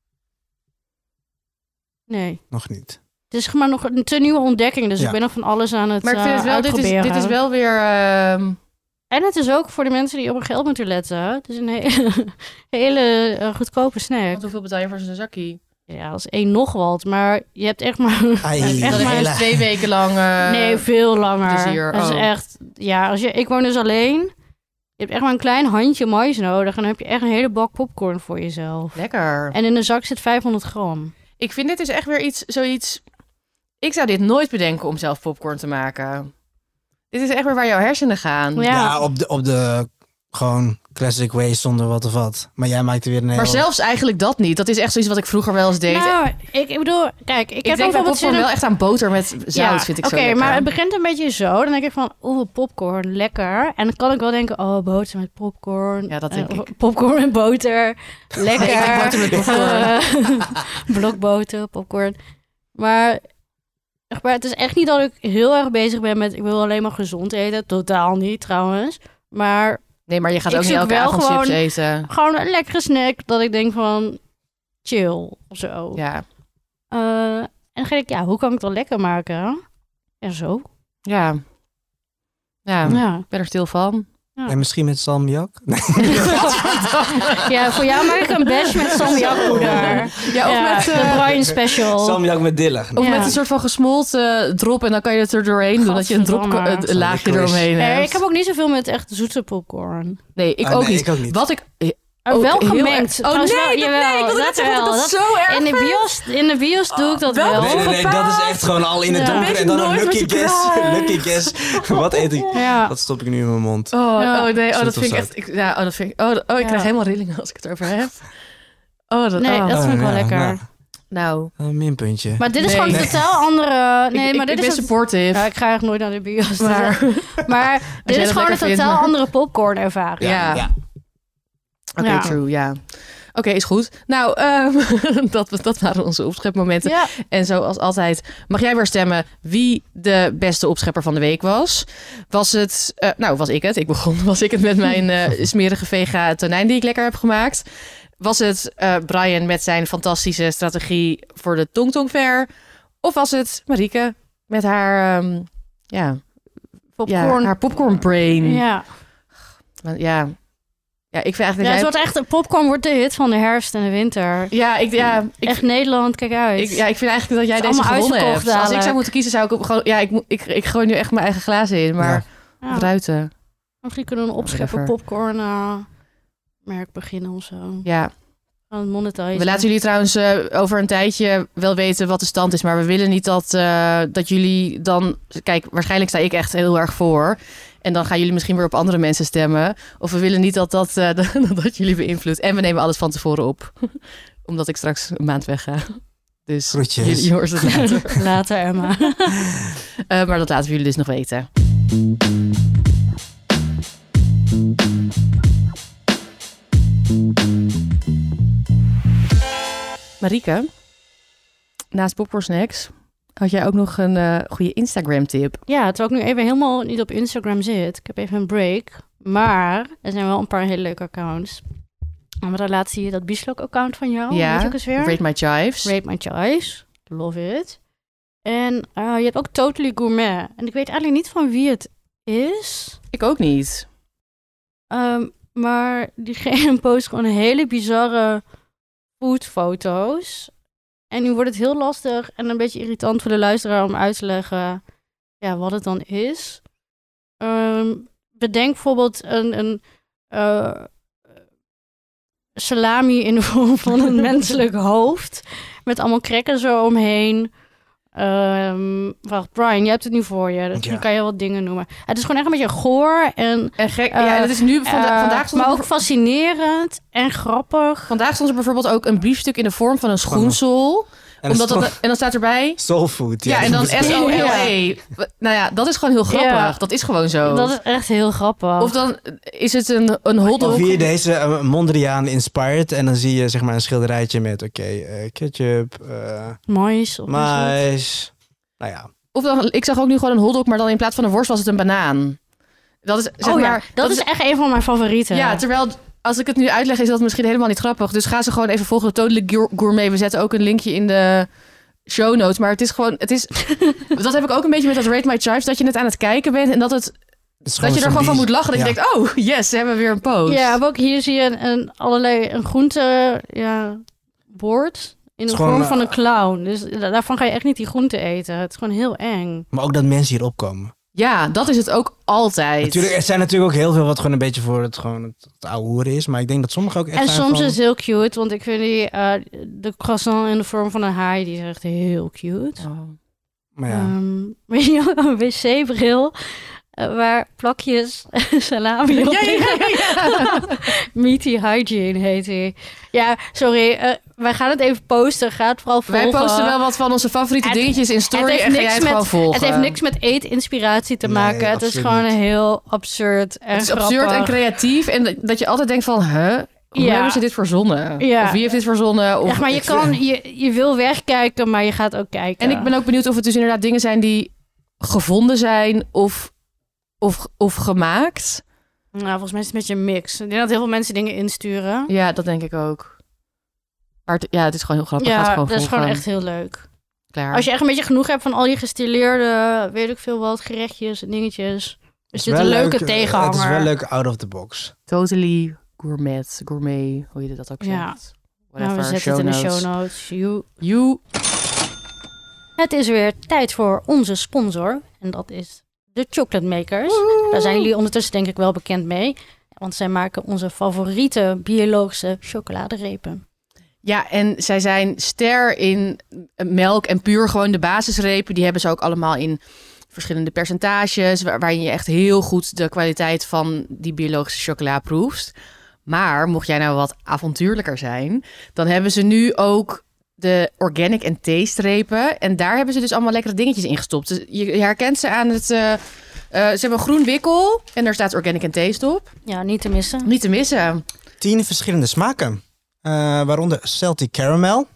Nee. Nog niet. Het is maar nog een te nieuwe ontdekking, dus ja. ik ben nog van alles aan het Maar ik vind het wel, dit is, dit is wel weer... Uh... En het is ook voor de mensen die op hun geld moeten letten. Het is een hele, hele uh, goedkope snack. Want hoeveel betaal je voor zo'n zakkie? Ja, dat is één nog wat, maar je hebt echt maar... Ai, echt dat maar is twee weken lang... Uh, nee, veel langer. Plezier. Dat oh. is echt... Ja, als je, ik woon dus alleen. Je hebt echt maar een klein handje mais nodig en dan heb je echt een hele bak popcorn voor jezelf. Lekker. En in de zak zit vijfhonderd gram. Ik vind dit dus echt weer iets, zoiets... Ik zou dit nooit bedenken om zelf popcorn te maken. Dit is echt weer waar jouw hersenen gaan. Ja, ja op, de, op de gewoon classic way zonder wat of wat. Maar jij maakt er weer een hele... Maar zelfs eigenlijk dat niet. Dat is echt zoiets wat ik vroeger wel eens deed. Nou, ik, ik bedoel, kijk, ik, ik heb denk bij popcorn zin... wel echt aan boter met zout, ja, vind ik okay, zo lekker. Oké, maar het begint een beetje zo. Dan denk ik van, oeh, popcorn, lekker. En dan kan ik wel denken, oh, boter met popcorn. Ja, dat denk uh, ik. Popcorn met boter, lekker. Ik boter met popcorn. Blokboter, popcorn. Maar Maar het is echt niet dat ik heel erg bezig ben met... ik wil alleen maar gezond eten. Totaal niet, trouwens. Maar... Nee, maar je gaat ook niet elke avond gewoon, chips eten. Gewoon een lekkere snack dat ik denk van... chill, of zo. Ja. Uh, en dan ga ik, ja, hoe kan ik het wel lekker maken? En zo. Ja. Ja, ja. Ik ben er stil van. Ja. En misschien met salmiak? Ja, voor jou maak ik een badge met salmiakpoeder. Ja, of ja, met uh, de Brian special. Salmiak met dille. Of ja. met een soort van gesmolten drop en dan kan je het er doorheen doen. Dat je een drop een, een laagje eromheen hebt. Nee, ik heb ook niet zoveel met echt zoete popcorn. Nee, ik, ah, ook, nee, niet. ik ook niet. Wat ik... Oh, wel gemengd. Oh nee, wel, jawel, nee, ik wil dat, zeggen, dat is zo erg. In de bios, in de bios doe ik dat wel. wel. Nee, nee, nee, dat is echt gewoon al in het ja. donker en dan een lucky guess. Lucky guess. Wat eet ik? Ja. Dat stop ik nu in mijn mond. Oh, ja. oh nee, oh, dat vind ik echt... Ik, ja, oh, dat vind ik... Oh, oh ik ja. krijg helemaal rillingen als ik het over heb. Oh, dat, nee, oh. dat vind ik wel oh, lekker. Nou. Nou. Een minpuntje. Maar dit is nee. gewoon nee. totaal andere... Nee, ik, maar dit ik ben is supportive. Ja, ik ga echt nooit naar de bios. Maar, maar dit is gewoon een totaal vindt, andere popcorn ervaring. Ja. ja. Oké, okay, ja. true, ja. Oké, okay, is goed. Nou, um, dat, dat waren onze opschepmomenten. Ja. En zoals altijd mag jij weer stemmen wie de beste opschepper van de week was. Was het... Uh, nou, was ik het. Ik begon. Was ik het met mijn uh, smerige vega tonijn die ik lekker heb gemaakt. Was het uh, Brian met zijn fantastische strategie voor de Tong Tong Fair? Of was het Marieke met haar... Um, ja, popcorn. Ja, haar popcorn brain. Ja. Ja... Ja, ik vind eigenlijk ja, dat het wordt echt een popcorn wordt de hit van de herfst en de winter. Ja, ik ja, ik, echt Nederland, kijk uit. Ik, ja, ik vind eigenlijk dat jij deze gewonnen hebt. Dadelijk. Als ik zou moeten kiezen, zou ik op, gewoon ja, ik, ik ik gooi nu echt mijn eigen glazen in, maar ja. Ja. ruiten. Misschien kunnen we een opscheppen popcorn uh, merk beginnen of zo. Ja. Monetizen. We laten jullie trouwens uh, over een tijdje wel weten wat de stand is, maar we willen niet dat uh, dat jullie dan kijk, waarschijnlijk sta ik echt heel erg voor. En dan gaan jullie misschien weer op andere mensen stemmen. Of we willen niet dat dat, uh, dat jullie beïnvloedt. En we nemen alles van tevoren op. Omdat ik straks een maand wegga. Dus Groetjes. Je, je hoort het later. Later, Emma. uh, maar dat laten we jullie dus nog weten. Marieke, naast popcorn snacks... had jij ook nog een uh, goede Instagram-tip? Ja, terwijl ik nu even helemaal niet op Instagram zit. Ik heb even een break. Maar er zijn wel een paar hele leuke accounts. En dan laat zie je dat Bislok-account van jou. Ja, weet je ook eens weer? Rate My Chives. Rate My Chives. Love it. En uh, je hebt ook Totally Gourmet. En ik weet eigenlijk niet van wie het is. Ik ook niet. Um, maar diegene post gewoon hele bizarre foodfoto's. En nu wordt het heel lastig en een beetje irritant voor de luisteraar om uit te leggen ja, wat het dan is. Um, bedenk bijvoorbeeld een, een uh, salami in de vorm van een menselijk hoofd. Met allemaal crackers zo omheen. Um, wacht, Brian, je hebt het nu voor je. Dus ja. Nu kan je wat dingen noemen. Het is gewoon echt een beetje goor en, en gek. Uh, ja, dat is nu vanda- uh, vandaag maar ook fascinerend en grappig. Vandaag stond er bijvoorbeeld ook een briefstuk in de vorm van een schoensel. En, Omdat dat, en dan staat erbij... Soulfood. Ja, ja en dan S O L E. Ja. Nou ja, dat is gewoon heel grappig. Ja. Dat is gewoon zo. Dat is echt heel grappig. Of dan is het een, een hotdog. Of hier deze uh, Mondriaan inspired. En dan zie je zeg maar een schilderijtje met oké, okay, uh, ketchup. Uh, mais. Of mais. Nou ja. Of dan, ik zag ook nu gewoon een hotdog, maar dan in plads van een worst was het een banaan. Dat is, zeg oh maar, ja, dat, dat is echt een van mijn favorieten. Ja, terwijl... Als ik het nu uitleg, is dat misschien helemaal niet grappig. Dus ga ze gewoon even volgen. Totally Gourmet. We zetten ook een linkje in de show notes. Maar het is gewoon... Het is, dat heb ik ook een beetje met dat Rate My Chives. Dat je het aan het kijken bent. En dat, het, het dat je er gewoon van moet lachen. Dat ja. je denkt, oh yes, ze hebben weer een post. Ja, maar ook hier zie je een, een allerlei een groente ja, bord. In de vorm gewoon, van een clown. Dus daarvan ga je echt niet die groente eten. Het is gewoon heel eng. Maar ook dat mensen hier opkomen. Ja, dat is het ook altijd. Natuurlijk, er zijn natuurlijk ook heel veel wat gewoon een beetje voor het, gewoon het, het oude hoeren is. Maar ik denk dat sommige ook echt En soms van... is het heel cute. Want ik vind die, uh, de croissant in de vorm van een haai, die is echt heel cute. Oh. Maar ja. Um, weet je wel, een wc-bril. Uh, waar plakjes salami op ja, ja, ja, ja. Meaty Hygiene heet hij. Ja, sorry. Uh, wij gaan het even posten. Ga het vooral volgen. Wij posten wel wat van onze favoriete het, dingetjes in story en ga jij het met, gewoon volgen. Het heeft niks met eetinspiratie te maken. Nee, het is gewoon niet. Heel absurd en Het is grappig. absurd en creatief. En dat je altijd denkt van, huh? Hoe ja. hebben ze dit verzonnen? Ja. Of wie heeft dit verzonnen? Of... Ja, maar je, kan, je, je wil wegkijken, maar je gaat ook kijken. En ik ben ook benieuwd of het dus inderdaad dingen zijn die gevonden zijn of, of, of gemaakt. Nou, volgens mij is het een beetje een mix. Ik denk dat heel veel mensen dingen insturen. Ja, dat denk ik ook. Maar het, ja, het is gewoon heel grappig. Ja, Gaat gewoon dat is volgen. gewoon echt heel leuk. Klaar. Als je echt een beetje genoeg hebt van al die gestileerde, weet ik veel wat, gerechtjes en dingetjes. Is dit een leuke leuk, tegenhanger. Het is wel leuk out of the box. Totally gourmet, gourmet, hoe je dat ook zegt. Ja. Nou, we zetten het in notes. de show notes. You. You. Het is weer tijd voor onze sponsor. En dat is de Chocolate Makers. Woehoe. Daar zijn jullie ondertussen denk ik wel bekend mee. Want zij maken onze favoriete biologische chocoladerepen. Ja, en zij zijn ster in melk en puur gewoon de basisrepen. Die hebben ze ook allemaal in verschillende percentages, waar, waarin je echt heel goed de kwaliteit van die biologische chocola proeft. Maar mocht jij nou wat avontuurlijker zijn, dan hebben ze nu ook de organic en taste repen. En daar hebben ze dus allemaal lekkere dingetjes in gestopt. Dus je, je herkent ze aan het... Uh, uh, ze hebben een groen wikkel en daar staat organic en taste op. Ja, niet te missen. Niet te missen. Tien verschillende smaken. Uh, waaronder Salty Caramel.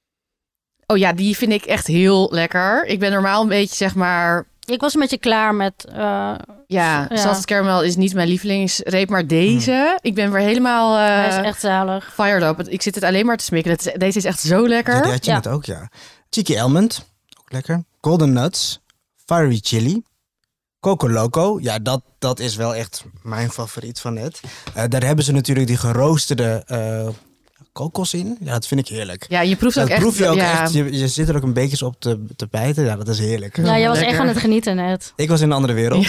Oh ja, die vind ik echt heel lekker. Ik ben normaal een beetje, zeg maar... Ik was een beetje klaar met... Uh, ja, ja. Salted Caramel is niet mijn lievelingsreep, maar deze... Hmm. Ik ben weer helemaal... Uh, Hij is echt zalig. Fired up. Ik zit het alleen maar te smikken. Is, deze is echt zo lekker. Ja, die had je ja. net ook, ja. Cheeky Almond, ook lekker. Golden Nuts, Fiery Chili, Coco Loco. Ja, dat, dat is wel echt mijn favoriet van net. Uh, daar hebben ze natuurlijk die geroosterde... Uh, kokos in. Ja, dat vind ik heerlijk. Ja, je proeft dat ook echt. Proef je, ook ja. echt je, je zit er ook een beetje op te, te bijten. Ja, dat is heerlijk. Ja, jij was lekker. Echt aan het genieten net. Ik was in een andere wereld.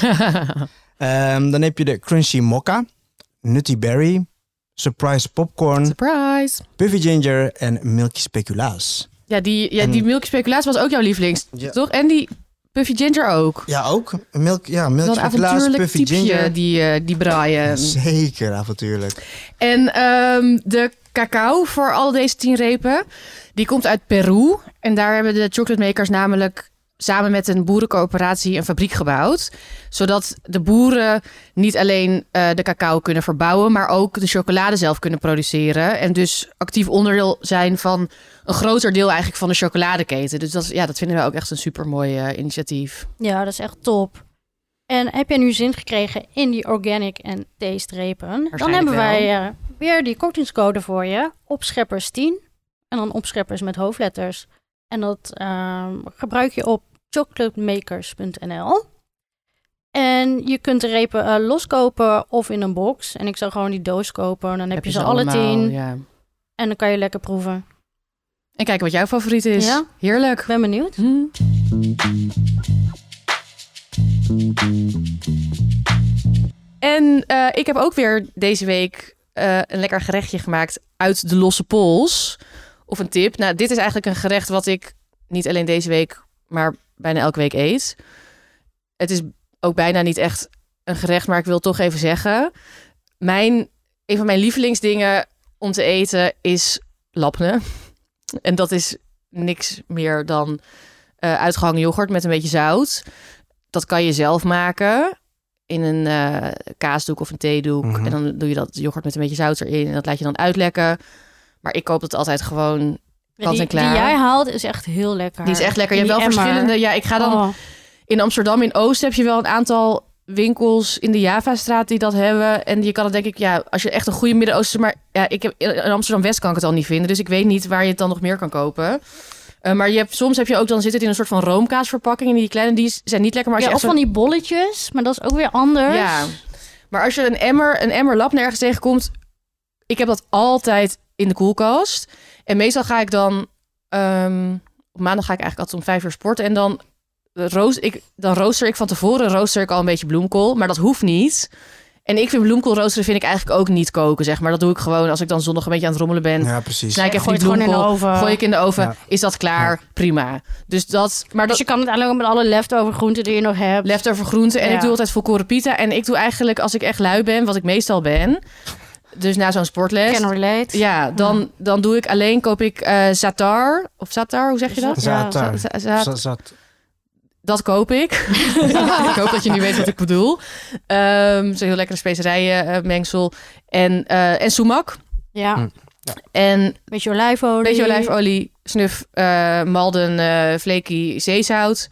Ja. Um, dan heb je de Crunchy Mocha, Nutty Berry, Surprise Popcorn, Surprise, Puffy Ginger en Milky Speculaas. Ja, die, ja, en, die Milky Speculaas was ook jouw lievelings, ja. toch? En die Puffy Ginger ook. Ja, ook. Milk, ja, Milky Speculaas, Puffy typje, Ginger. Die, uh, die Brian. Zeker, avontuurlijk. En um, de cacao voor al deze tien repen, die komt uit Peru. En daar hebben de chocolate makers namelijk samen met een boerencoöperatie een fabriek gebouwd. Zodat de boeren niet alleen uh, de cacao kunnen verbouwen, maar ook de chocolade zelf kunnen produceren. En dus actief onderdeel zijn van een groter deel eigenlijk van de chocoladeketen. Dus dat, ja, dat vinden we ook echt een supermooi uh, initiatief. Ja, dat is echt top. En heb jij nu zin gekregen in die organic en taste repen? Dan hebben wel. wij uh, weer die kortingscode voor je. Opscheppers tien. En dan opscheppers met hoofdletters. En dat uh, gebruik je op chocolatemakers punt n l. En je kunt de repen uh, loskopen of in een box. En ik zou gewoon die doos kopen. Dan heb, heb je ze, ze alle tien. Ja. En dan kan je lekker proeven. En kijken wat jouw favoriet is. Ja. Heerlijk. Ben benieuwd. Hm. En uh, ik heb ook weer deze week uh, een lekker gerechtje gemaakt uit de losse pols. Of een tip. Nou, dit is eigenlijk een gerecht wat ik niet alleen deze week, maar bijna elke week eet. Het is ook bijna niet echt een gerecht, maar ik wil toch even zeggen. Mijn, een van mijn lievelingsdingen om te eten is lapne. En dat is niks meer dan uh, uitgehangen yoghurt met een beetje zout. Dat kan je zelf maken in een uh, kaasdoek of een theedoek. Mm-hmm. En dan doe je dat yoghurt met een beetje zout erin. En dat laat je dan uitlekken. Maar ik koop het altijd gewoon kant en klaar. Die jij haalt is echt heel lekker. Die is echt lekker. Je hebt wel emmer. verschillende. Ja, ik ga dan oh. in Amsterdam, in Oost heb je wel een aantal winkels in de Javastraat die dat hebben. En je kan het denk ik, ja, als je echt een goede Midden-Oosten... Maar ja, ik heb in Amsterdam-West kan ik het al niet vinden. Dus ik weet niet waar je het dan nog meer kan kopen. Uh, maar je hebt, soms heb je ook, dan zit het in een soort van roomkaasverpakking. En die kleine, die zijn niet lekker. Maar als ja, je of van die bolletjes, maar dat is ook weer anders. Ja, maar als je een emmer, een emmer lap nergens tegenkomt... Ik heb dat altijd in de koelkast. En meestal ga ik dan... Um, op maandag ga ik eigenlijk altijd om vijf uur sporten. En dan, roos, ik, dan rooster ik van tevoren rooster ik al een beetje bloemkool. Maar dat hoeft niet. En ik vind bloemkool roosteren vind ik eigenlijk ook niet koken, zeg maar. Dat doe ik gewoon als ik dan zondag een beetje aan het rommelen ben. Ja, precies. Snij ik even die bloemkool, gooi ik in de oven. Ja. Is dat klaar? Ja. Prima. Dus dat... Maar dat, dus je kan het eigenlijk met alle leftover groenten die je nog hebt. Leftover groenten. En ja. ik doe altijd volkoren pita. En ik doe eigenlijk, als ik echt lui ben, wat ik meestal ben... Dus na zo'n sportles. Can relate. Ja, dan, dan doe ik alleen, koop ik uh, zatar. Of zatar, hoe zeg je dat? Zatar. Ja, zat, zat. Dat koop ik. Ik hoop dat je nu weet wat ik bedoel. Um, Zo'n heel lekkere specerijen uh, mengsel. En, uh, en sumac. Ja. Mm. Ja. En beetje olijfolie. Beetje olijfolie, snuf, uh, malden, uh, flaky zeezout.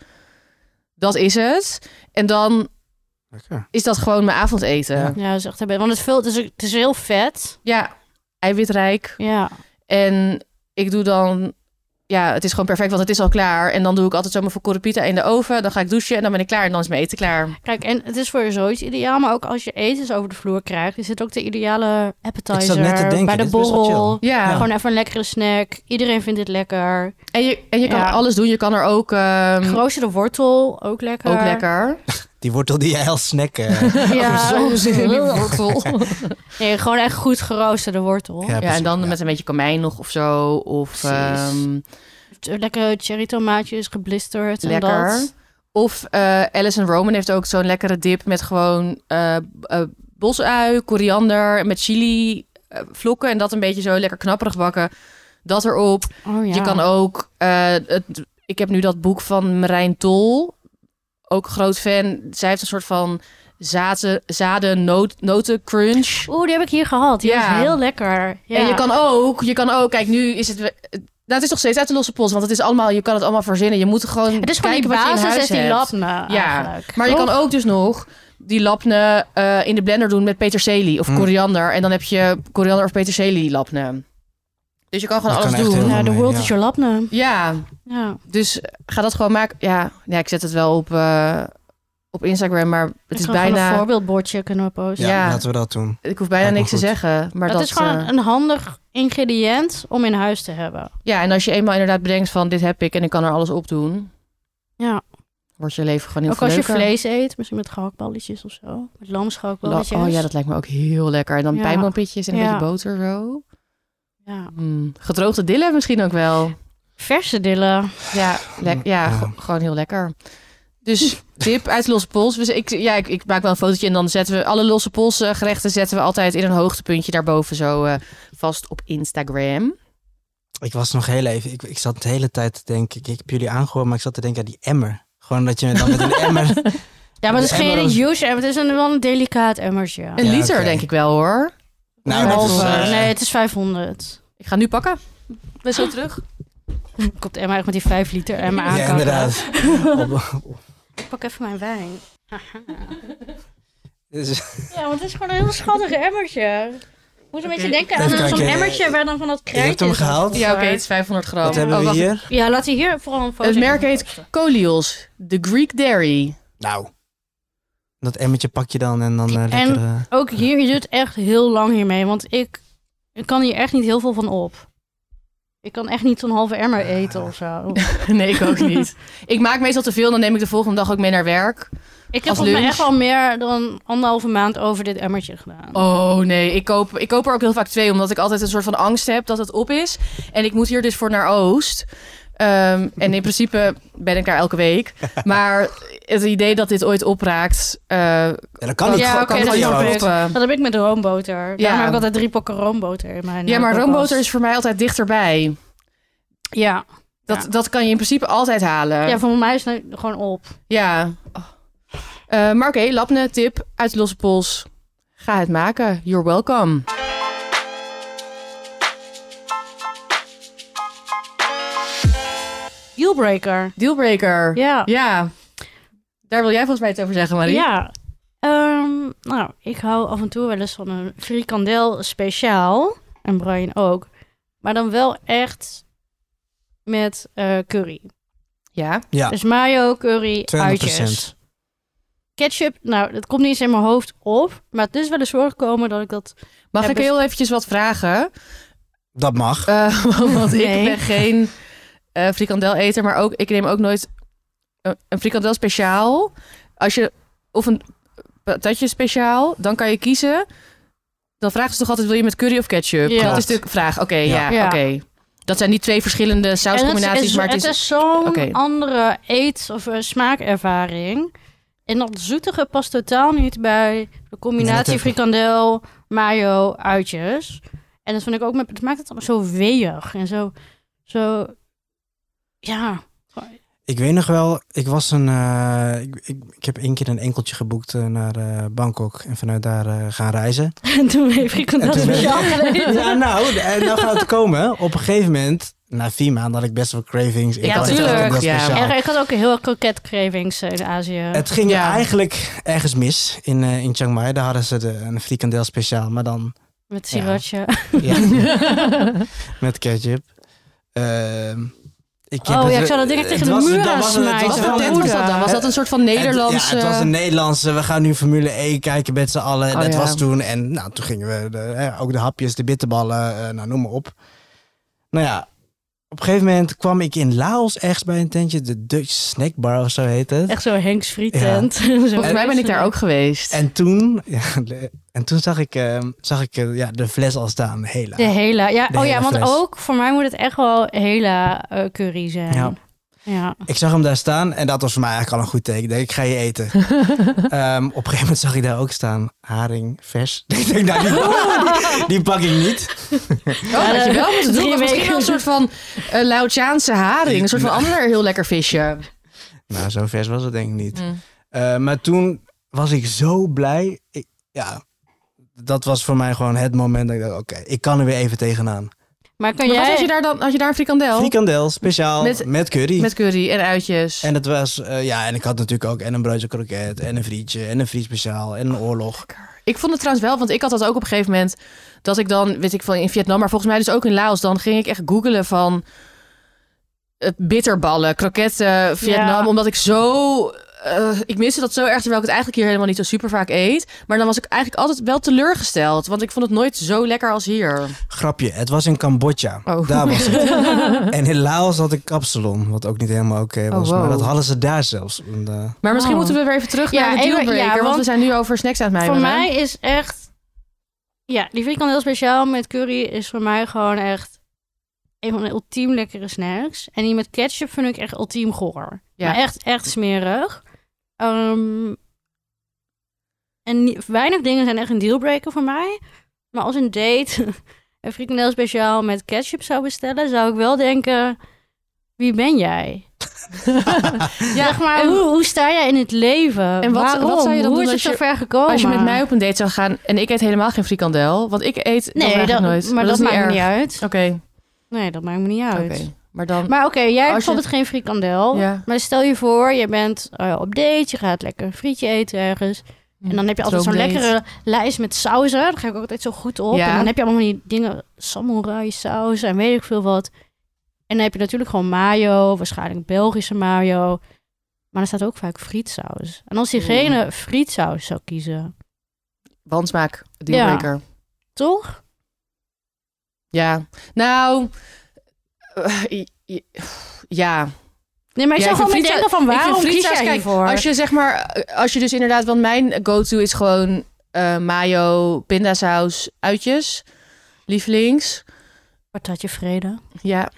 Dat is het. En dan Lekker. is dat gewoon mijn avondeten. Ja, ja, dat is echt, want het, veel, het, is, het is heel vet. Ja, eiwitrijk. Ja. En ik doe dan... Ja, het is gewoon perfect, want het is al klaar. En dan doe ik altijd zomaar voor corrupita in de oven. Dan ga ik douchen en dan ben ik klaar. En dan is mijn eten klaar. Kijk, en het is voor je zoiets ideaal. Maar ook als je eten over de vloer krijgt... is het ook de ideale appetizer. Ik zat net te denken, bij de borrel. Ja. Ja. Gewoon even een lekkere snack. Iedereen vindt dit lekker. En je, en je kan ja. alles doen. Je kan er ook... Um... Geroosterde wortel, ook lekker. Ook lekker. Die wortel die jij al snacken. Ja, zo zin in die wortel. Nee, gewoon echt goed geroosterde wortel. Ja, ja en dan ja. met een beetje komijn nog of zo. Of... Um... Lekker cherry tomaatjes geblisterd. Lekker. En dat. Of uh, Alison Roman heeft ook zo'n lekkere dip met gewoon uh, uh, bosui, koriander met chili uh, vlokken en dat een beetje zo lekker knapperig bakken. Dat erop. Oh, ja. Je kan ook... Uh, het, ik heb nu dat boek van Marijn Tol. Ook een groot fan. Zij heeft een soort van zaden, zaden noot, noten crunch. Oeh, die heb ik hier gehad. Die ja. is heel lekker. Ja. En je kan ook... Je kan ook... Kijk, nu is het... Nou, het is toch steeds uit de losse pols, want het is allemaal, je kan het allemaal verzinnen. Je moet gewoon het is gewoon kijken die wat je in huis basis is die hebt. labne. Ja, eigenlijk. maar je kan ook dus nog die labne uh, in de blender doen met peterselie of mm. koriander. En dan heb je koriander of peterselie labne. Dus je kan gewoon dat alles doen. Ja, de world ja. is your labne. Ja. ja, dus ga dat gewoon maken. Ja, ja ik zet het wel op, uh, op Instagram, maar het ik is bijna... een voorbeeldbordje kunnen we posten. Ja, ja, laten we dat doen. Ik hoef bijna ja, niks goed. te zeggen. Maar dat, dat is gewoon uh, een handig ingrediënt om in huis te hebben. Ja, en als je eenmaal inderdaad bedenkt van dit heb ik en ik kan er alles op doen. Ja. Wordt je leven gewoon heel ook veel als leuker. je vlees eet, misschien met gehaktballetjes of zo. Met lamsgehaktballetjes. Oh ja, dat lijkt me ook heel lekker. En dan ja. pijnboompitjes en een ja. beetje boter zo. Ja. Mm, gedroogde dillen misschien ook wel. Verse dillen. Ja, le- ja, ja. G- gewoon heel lekker. Dus tip uit de losse pols. Dus ik, ja, ik, ik maak wel een fotootje en dan zetten we alle losse pols gerechten zetten we altijd in een hoogtepuntje daarboven zo uh, vast op Instagram. Ik was nog heel even, ik, ik zat de hele tijd te denken, ik, ik heb jullie aangehoord, maar ik zat te denken aan die emmer. Gewoon dat je dan met een emmer... Ja, maar het is geen emmer... juice emmer, het is een, wel een delicaat emmertje. Een Ja, liter okay. denk ik wel hoor. Nou, dat dat is, is, uh... Nee, het is vijfhonderd. Ik ga nu pakken. Ben zo terug. Komt Emma echt met die vijf liter Emma aan. Ja, inderdaad. op, op. Ik pak even mijn wijn. Dus... Ja, want het is gewoon een heel schattig emmertje. Moet een okay. beetje denken aan zo'n emmertje waar dan van dat krijtje... Je hebt hem gehaald? Ja, oké, okay, het is vijfhonderd gram. Wat hebben we oh, hier? Ja, laat hij hier vooral een foto. Het merk heet Kolios, The Greek Dairy. Nou, dat emmertje pak je dan en dan uh, lekker... En uh... ook hier, je doet echt heel lang hiermee, want ik, ik kan hier echt niet heel veel van op. Ik kan echt niet zo'n halve emmer eten of zo. Nee, ik ook niet. Ik maak meestal te veel, dan neem ik de volgende dag ook mee naar werk. Ik heb volgens mij echt al meer dan anderhalve maand over dit emmertje gedaan. Oh nee, ik koop, ik koop er ook heel vaak twee, omdat ik altijd een soort van angst heb dat het op is. En ik moet hier dus voor naar Oost. Um, en in principe ben ik daar elke week. Maar het idee dat dit ooit opraakt... Uh, ja, dat kan niet. Ja, oké, okay, dat, dat, dat, dat heb ik met roomboter. Ja. Daarom heb ik altijd drie pakken roomboter in mijn... Ja, maar uh, roomboter is voor mij altijd dichterbij. Ja. Dat, ja. dat kan je in principe altijd halen. Ja, voor mij is het gewoon op. Ja. Oh. Uh, maar oké, okay, labne, tip uit de losse pols. Ga het maken. You're welcome. Dealbreaker. Dealbreaker. Ja. Ja. Daar wil jij volgens mij iets over zeggen, Marie. Ja. Um, nou, ik hou af en toe wel eens van een frikandel speciaal. En Brian ook. Maar dan wel echt met uh, curry. Ja. ja. Dus mayo, curry, tweehonderd procent. uitjes. Ketchup, nou, dat komt niet eens in mijn hoofd op. Maar het is wel eens voorgekomen dat ik dat... Mag ik heel eventjes wat vragen? Dat mag. Uh, want nee. ik ben geen uh, frikandel-eter, maar ook, ik neem ook nooit uh, een frikandel speciaal. Als je, of een patatje speciaal, dan kan je kiezen. Dan vragen ze toch altijd, wil je met curry of ketchup? Ja. Dat is de vraag. Oké, okay, ja, ja. ja. oké. Okay. Dat zijn die twee verschillende sauscombinaties. Het is, maar het het is, is zo'n okay. andere eet- of uh, smaakervaring. En dat zoetige past totaal niet bij de combinatie ja, frikandel, mayo, uitjes. En dat vind ik ook met, het maakt het allemaal zo weeg en zo, zo, ja. Ik weet nog wel, ik was een... Uh, ik, ik, ik heb één keer een enkeltje geboekt uh, naar uh, Bangkok. En vanuit daar uh, gaan reizen. En toen heeft frikandel speciaal gereden. Ja, nou, en nou gaat het komen. Op een gegeven moment, na vier maanden had ik best wel cravings. Ik ja, natuurlijk. Ja. En ik had ook heel kroket cravings in Azië. Het ging ja. eigenlijk ergens mis in, uh, in Chiang Mai. Daar hadden ze de, een frikandel speciaal, maar dan... Met sriracha. Ja. Ja. Met ketchup. Uh, Ik heb oh het, ja, ik zou dat ding tegen de muur aan smijten. Wat voor tent was dat dan? Was dat een soort van Nederlandse... Het, ja, het was een Nederlandse. We gaan nu Formule E kijken met z'n allen. Oh, dat ja. was toen. En nou, toen gingen we de, hè, ook de hapjes, de bitterballen, uh, nou, noem maar op. Nou ja, op een gegeven moment kwam ik in Laos ergens bij een tentje. De Dutch Snack Bar of zo heet het. Echt zo'n Henks frietent. Ja. Volgens mij ben ik daar ook geweest. En toen, ja, de, en toen zag ik, uh, zag ik uh, ja, de fles al staan. Hela. De Hela. Ja, de oh hele ja, want fles. Ook voor mij moet het echt wel Hela uh, curry zijn. Ja. Ja. Ik zag hem daar staan en dat was voor mij eigenlijk al een goed teken. Ik denk, ik ga je eten. um, op een gegeven moment zag ik daar ook staan haring vers. Ik denk, nou, die, die, die pak ik niet. Oh, dat je wel moet doen. Dat misschien wel een soort van uh, Laotiaanse haring. Een soort van ander heel lekker visje. Nou, zo vers was het denk ik niet. Mm. Uh, maar toen was ik zo blij. Ik, ja, dat was voor mij gewoon het moment dat ik dacht, oké, okay, ik kan er weer even tegenaan. Maar kan maar jij... wat had je daar dan? Had je daar een frikandel? Frikandel, speciaal, met, met curry. Met curry en uitjes. En het was, uh, ja, en ik had natuurlijk ook en een broodje kroket, en een frietje, en een friet speciaal, en een oorlog. Ik vond het trouwens wel, want ik had dat ook op een gegeven moment, dat ik dan, weet ik van in Vietnam, maar volgens mij dus ook in Laos, dan ging ik echt googelen van het bitterballen, kroketten, Vietnam, ja. Omdat ik zo... Uh, ik miste dat zo erg, terwijl ik het eigenlijk hier helemaal niet zo super vaak eet. Maar dan was ik eigenlijk altijd wel teleurgesteld. Want ik vond het nooit zo lekker als hier. Grapje, het was in Cambodja. Oh. Daar was het. En in Laos had ik kapsalon, wat ook niet helemaal oké okay was. Oh, wow. Maar dat hadden ze daar zelfs. En, uh... Maar misschien oh. moeten we weer even terug ja, naar de dealbreaker. Ja, want, want we zijn nu over snacks aan het mijmeren. Voor mij is echt... Ja, die frikandel speciaal met curry is voor mij gewoon echt... een van de ultiem lekkere snacks. En die met ketchup vind ik echt ultiem goor. Ja. Maar echt, echt smerig. Um, en niet, weinig dingen zijn echt een dealbreaker voor mij. Maar als een date een frikandel speciaal met ketchup zou bestellen, zou ik wel denken, wie ben jij? Ja, zeg maar, en, hoe, hoe sta jij in het leven? En wat, Waarom? wat zou je dan hoe doen is het zo ver gekomen? Als je met mij op een date zou gaan en ik eet helemaal geen frikandel, want ik eet nee, dat, dat nooit. Maar dat, dat maakt me niet uit. Oké. Okay. Nee, dat maakt me niet uit. Okay. Maar, dan, maar oké, okay, jij hebt bijvoorbeeld je... geen frikandel. Ja. Maar stel je voor, je bent uh, op date, je gaat lekker een frietje eten ergens. En dan heb je altijd zo'n lekkere lijst met sauzen. Daar ga ik ook altijd zo goed op. Ja. En dan heb je allemaal die dingen, samurai saus en weet ik veel wat. En dan heb je natuurlijk gewoon mayo, waarschijnlijk Belgische mayo. Maar er staat ook vaak frietsaus. En als diegene Oeh. frietsaus zou kiezen... Wansmaak, dealbreaker. Ja. Toch? Ja, nou... Uh, ja... Nee, maar ik ja, zou gewoon frietsaus, denken van waarom kies jij hiervoor? Als je zeg maar, als je dus inderdaad, want mijn go-to is gewoon uh, mayo, pindasaus, uitjes, lievelings. Patatje vrede. Ja.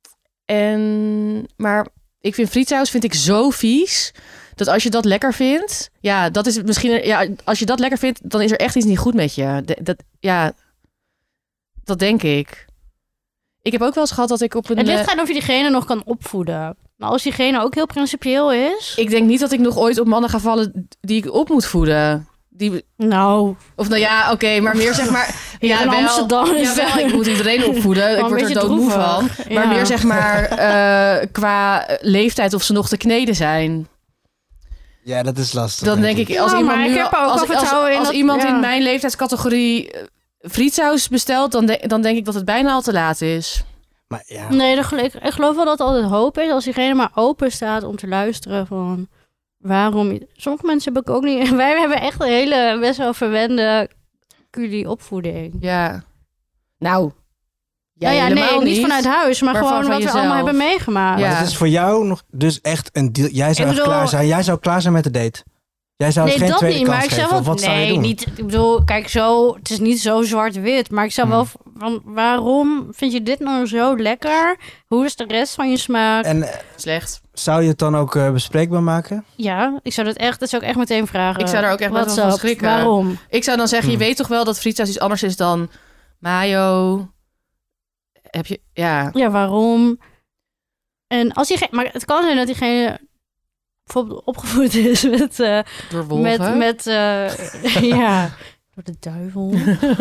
En, maar ik vind frietsaus vind ik zo vies, dat als je dat lekker vindt, ja, dat is misschien, ja, als je dat lekker vindt, dan is er echt iets niet goed met je. De, dat, ja, dat denk ik. Ik heb ook wel eens gehad dat ik op een... Het ligt aan of je diegene nog kan opvoeden. Maar als diegene ook heel principieel is... Ik denk niet dat ik nog ooit op mannen ga vallen die ik op moet voeden. Die... Nou... Of nou ja, oké, okay, maar meer zeg maar... ja, in wel, Amsterdam is ja, wel, ik moet iedereen opvoeden. Ik word er doodmoe van. Ja. Maar meer zeg maar uh, qua leeftijd of ze nog te kneden zijn. Ja, dat is lastig. Dan denk ik, als ja, iemand nu... Als, als, als, als, als dat, iemand ja. in mijn leeftijdscategorie frietsaus bestelt, dan, de, dan denk ik dat het bijna al te laat is. Maar ja. Nee, dat, ik, ik geloof wel dat het altijd hoop is. Als diegene maar open staat om te luisteren van waarom... Sommige mensen heb ik ook niet... Wij hebben echt een hele best wel verwende culieopvoeding. Ja. Nou... Ja, ja, nee, niet, niet vanuit huis, maar, maar gewoon wat jezelf. We allemaal hebben meegemaakt. Ja. Maar het is voor jou nog dus echt een deal. Jij zou bedoel, klaar zijn. Jij zou klaar zijn met de date. Jij zou nee, geen dat tweede niet, kans maar ik geven. zou wel, wat nee, zou je doen? Niet, ik bedoel, kijk, zo, het is niet zo zwart-wit. Maar ik zou hmm. wel van, waarom vind je dit nou zo lekker? Hoe is de rest van je smaak? En, uh, slecht. Zou je het dan ook uh, bespreekbaar maken? Ja, ik zou dat echt, dat zou ik echt meteen vragen. Ik zou er ook echt wat van schrikken. Waarom? Ik zou dan zeggen, hmm. je weet toch wel dat frietsaus iets anders is dan mayo. Heb je, ja. Ja, waarom? En als diegene, maar het kan zijn dat diegene bijvoorbeeld opgevoed is met... Uh, door wolven? Met, met uh, ja, door de duivel.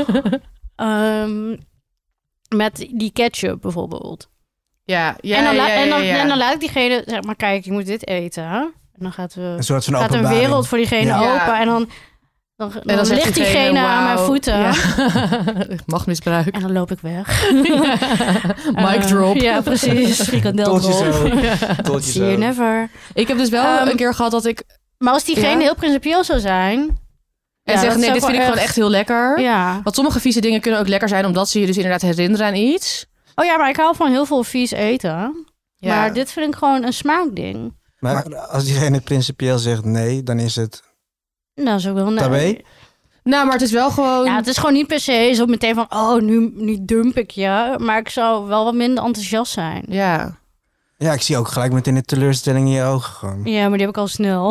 um, met die ketchup bijvoorbeeld. Ja, ja, en dan, la- ja, ja, en dan, ja. en dan laat ik diegene, zeg maar, kijk, je moet dit eten. Hè? En dan gaat, we, een soort van gaat een wereld voor diegene ja. open. En dan, dan, dan, en dan ligt diegene, diegene wow. aan mijn voeten. Ja. Machtmisbruik. En dan loop ik weg. Ja. Mic drop. Uh, ja, precies. Frikandel drop. Ja. See you never. Ik heb dus wel um, een keer gehad dat ik... Maar als diegene ja. heel principieel zou zijn... En ja, zeggen, nee, dit vind ik echt... gewoon echt heel lekker. Ja. Want sommige vieze dingen kunnen ook lekker zijn... omdat ze je dus inderdaad herinneren aan iets. Oh ja, maar ik hou van heel veel vies eten. Ja. Maar dit vind ik gewoon een smaakding. Maar als diegene principieel zegt nee, dan is het... Nou, zo wel nee. Tabé? Nou, maar het is wel gewoon... Ja, het is gewoon niet per se zo meteen van... Oh, nu, nu dump ik je. Maar ik zou wel wat minder enthousiast zijn. Ja. Ja, ik zie ook gelijk meteen de teleurstelling in je ogen gewoon. Ja, maar die heb ik al snel.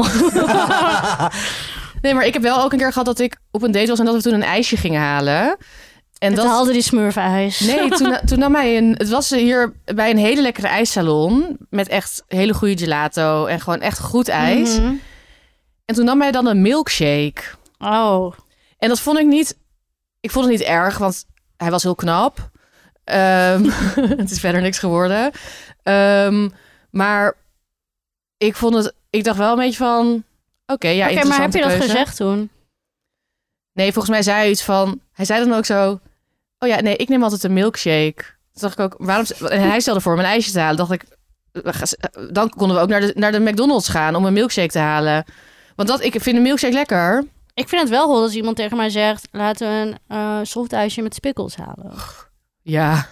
Nee, maar ik heb wel ook een keer gehad dat ik op een date was... en dat we toen een ijsje gingen halen... En dat haalde die smurfijs. Nee, toen, toen nam hij een... Het was hier bij een hele lekkere ijssalon... met echt hele goede gelato... en gewoon echt goed ijs. Mm-hmm. En toen nam hij dan een milkshake. Oh. En dat vond ik niet... Ik vond het niet erg, want hij was heel knap. Um, het is verder niks geworden. Um, maar ik vond het... Ik dacht wel een beetje van... Oké, okay, ja, Oké, okay, maar heb je dat keuze. gezegd toen? Nee, volgens mij zei hij iets van... Hij zei dan ook zo... Oh ja, nee, ik neem altijd een milkshake. Toen dacht ik ook... Waarom? En hij stelde voor om een ijsje te halen. Dacht ik... Dan konden we ook naar de, naar de McDonald's gaan... om een milkshake te halen. Want dat, ik vind een milkshake lekker. Ik vind het wel goed als iemand tegen mij zegt... Laten we een uh, softijsje met spikkels halen. Ja.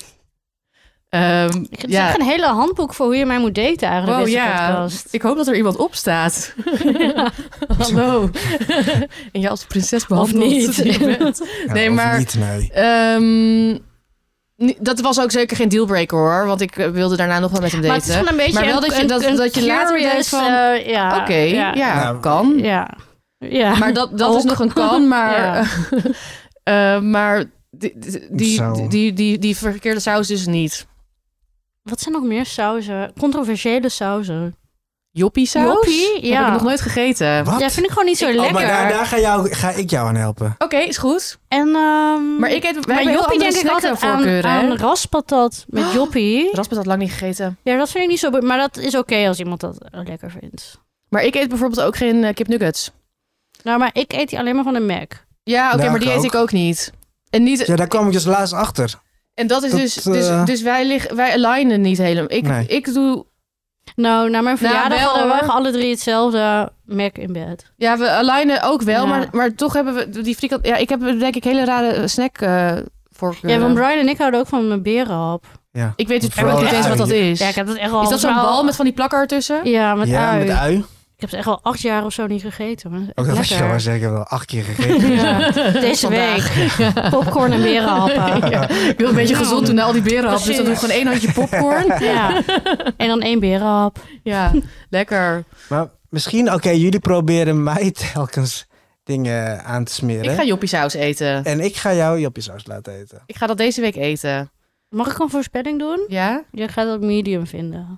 Um, ik heb ja. een hele handboek voor hoe je mij moet daten eigenlijk. Oh ja, podcast. Ik hoop dat er iemand opstaat. Ja. Hallo. En je als prinses behandeld. Of niet. Ja, nee, of maar... Niet, nee. Um, dat was ook zeker geen dealbreaker hoor. Want ik wilde daarna nog wel met hem daten. Maar het is gewoon een beetje maar wel een, dat je, dat, een, dat je een later denkt van... Uh, ja, Oké, okay, ja, ja nou, kan. Ja. Ja. Maar dat, dat is nog een kan. Maar, ja. uh, maar die, die, die, die, die, die verkeerde saus dus niet. Wat zijn nog meer sauzen? Controversiële sauzen. Joppie saus? Joppie? Ja. Heb ik nog nooit gegeten. Wat? Ja, vind ik gewoon niet zo ik, lekker. Oh, maar daar, daar ga, jou, ga ik jou aan helpen. Oké, okay, is goed. En, um, maar ik eet... Maar joppie denk ik altijd aan, aan raspatat met joppie. Raspatat lang niet gegeten. Ja, dat vind ik niet zo... Maar dat is oké okay als iemand dat lekker vindt. Maar ik eet bijvoorbeeld ook geen uh, kipnuggets. Nou, maar ik eet die alleen maar van de Mac. Ja, oké, okay, maar die eet ook. ik ook niet. En niet. Ja, daar kwam ik dus laatst achter. En dat is dat, dus, uh... dus... Dus wij, liggen, wij alignen niet helemaal. Ik, nee. ik doe... Nou, na mijn verjaardag nou, hadden we alle drie hetzelfde Mac in bed. Ja, we alignen ook wel, ja. maar, maar toch hebben we die frikandel... Ja, ik heb denk ik hele rare snack uh, voorkeuren. Ja, want Brian en ik houden ook van mijn berenhap. Ja. Ik weet het niet eens wat dat is. Ja, ik heb dat echt al... Is dat zo'n bal met van die plakker ertussen? Ja, met ja, ui. met ui. Ik heb ze echt al acht jaar of zo niet gegeten. Ook dat was je wel zeggen, wel acht keer gegeten. Ja, deze week. Ja. Popcorn en berenhappen. Ja. Ik wil een beetje gezond doen na al die berenhappen. Dus dan doe ik gewoon één handje popcorn. Ja. En dan één berenhap. Ja, lekker. Maar misschien, oké, okay, jullie proberen mij telkens dingen aan te smeren. Ik ga joppiesaus eten. En ik ga jou joppiesaus laten eten. Ik ga dat deze week eten. Mag ik een voorspelling doen? Ja? Je gaat dat medium vinden.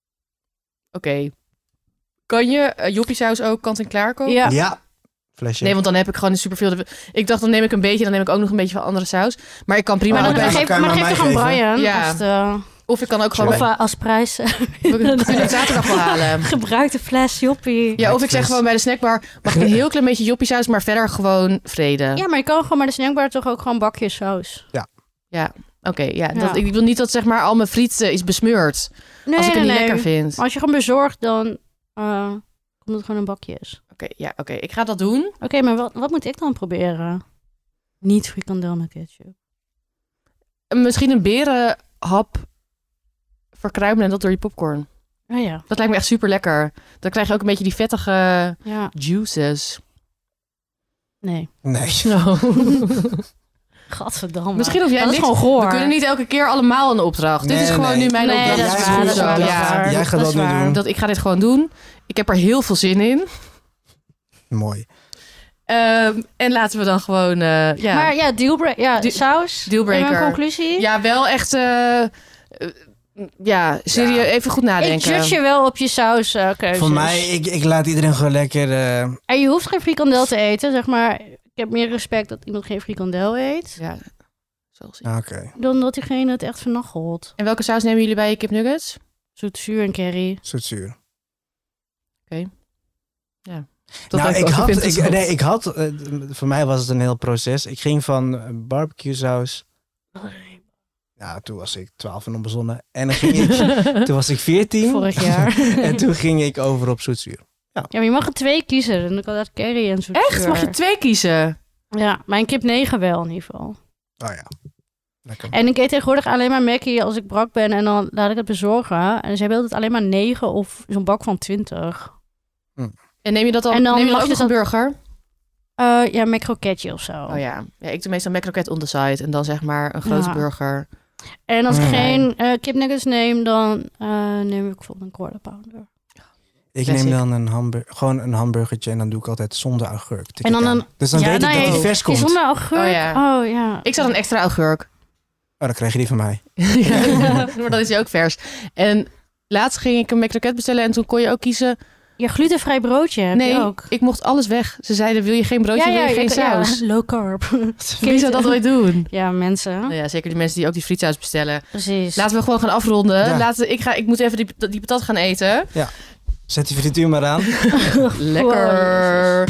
Oké. Okay. Kan je uh, joppiesaus ook kant-en-klaar kopen? Ja. ja. Flesje. Nee, want dan heb ik gewoon superveel. Ik dacht, dan neem ik een beetje, dan neem ik ook nog een beetje van andere saus. Maar ik kan prima... Maar dan, bij... dan geef, maar geef toch aan Brian. Ja. Als de... Of ik kan ook gewoon... Of bij... als prijs. We kunnen het zaterdag wel halen. Gebruikte fles joppie. Ja, of ik zeg gewoon bij de snackbar... Mag ik een heel klein beetje joppiesaus, maar verder gewoon vrede. Ja, maar je kan gewoon bij de snackbar toch ook gewoon bakjes saus. Ja. Ja. Oké, okay, ja, ja. Dat, ik wil niet dat zeg maar al mijn friet uh, is besmeurd. Nee, als ik het nee, niet nee. lekker vind. Maar als je gewoon bezorgt, dan... Uh... Omdat het gewoon een bakje is. Oké, okay, ja, oké. Okay. Ik ga dat doen. Oké, okay, maar wat, wat moet ik dan proberen? Niet frikandel met ketchup. Misschien een berenhap verkruimelen en dat door je popcorn. Oh ja. Dat lijkt me echt super lekker. Dan krijg je ook een beetje die vettige ja. juices. Nee. Nee. No. Gadverdamme. Misschien of jij niks. Gewoon goor. We kunnen niet elke keer allemaal een opdracht. Nee, dit is gewoon nee. nu mijn nee, opdracht. Dat is waar, dat is waar, ja. Jij gaat dat, dat nu doen. Dat, ik ga dit gewoon doen. Ik heb er heel veel zin in. Mooi. Um, en laten we dan gewoon... Uh, ja. Maar ja, dealbreaker. Ja, de saus. Dealbreaker. En mijn conclusie? Ja, wel echt... Uh, Ja, serieus, even goed nadenken. Ik judge je wel op je sauskeuzes. Voor mij, ik, ik laat iedereen gewoon lekker... Uh... En je hoeft geen frikandel te eten, zeg maar. Ik heb meer respect dat iemand geen frikandel eet. Ja, zoals ik. Oké. Okay. Dan dat diegene het echt vernachelt. En welke saus nemen jullie bij je kipnuggets? Zoet, zuur en curry. Zoet, zuur. Oké. Okay. Ja. Nou, ik had, ik, nee, ik had, uh, voor mij was het een heel proces. Ik ging van uh, barbecue saus. Ja, toen was ik twaalf en onbezonnen. En dan ging ik, toen was ik veertien. Vorig jaar. En toen ging ik over op zoetzuur. Ja. ja, maar je mag er twee kiezen. Dan kan dat curry en zoetzuur. Echt? Mag je twee kiezen? Ja, mijn kip negen wel in ieder geval. Oh ja. Lekker. En ik eet tegenwoordig alleen maar Mackie als ik brak ben. En dan laat ik het bezorgen. En ze hebben altijd alleen maar negen of zo'n bak van twintig. Hm. En neem je dat dan, en dan neem je dan ook nog een burger? Uh, ja, McCrocketje of zo. Oh ja. Ja, ik doe meestal McCrocket on the side. En dan zeg maar een grote ja. burger. En als ik mm. geen uh, kipnuggets neem, dan uh, neem ik bijvoorbeeld een quarter pounder. Ik neem dan een hamburger, gewoon een hamburgertje en dan doe ik altijd zonder augurk. En dan een, dus dan ja, weet nou, ik dat die vers komt. Zonder augurk? Oh ja. Oh, ja. Ik zat een extra augurk. Oh, dan krijg je die van mij. Ja, maar dan is die ook vers. En laatst ging ik een McCrocket bestellen en toen kon je ook kiezen... Ja, glutenvrij broodje heb nee, je ook. Ik mocht alles weg. Ze zeiden, wil je geen broodje, ja, ja, wil je geen saus? Ja, low carb. Wie zou dat ooit doen? Ja, mensen. Nou ja, zeker die mensen die ook die frietsaus bestellen. Precies. Laten we gewoon gaan afronden. Ja. Laten, ik, ga, ik moet even die, die patat gaan eten. Ja. Zet die frituur maar aan. Lekker.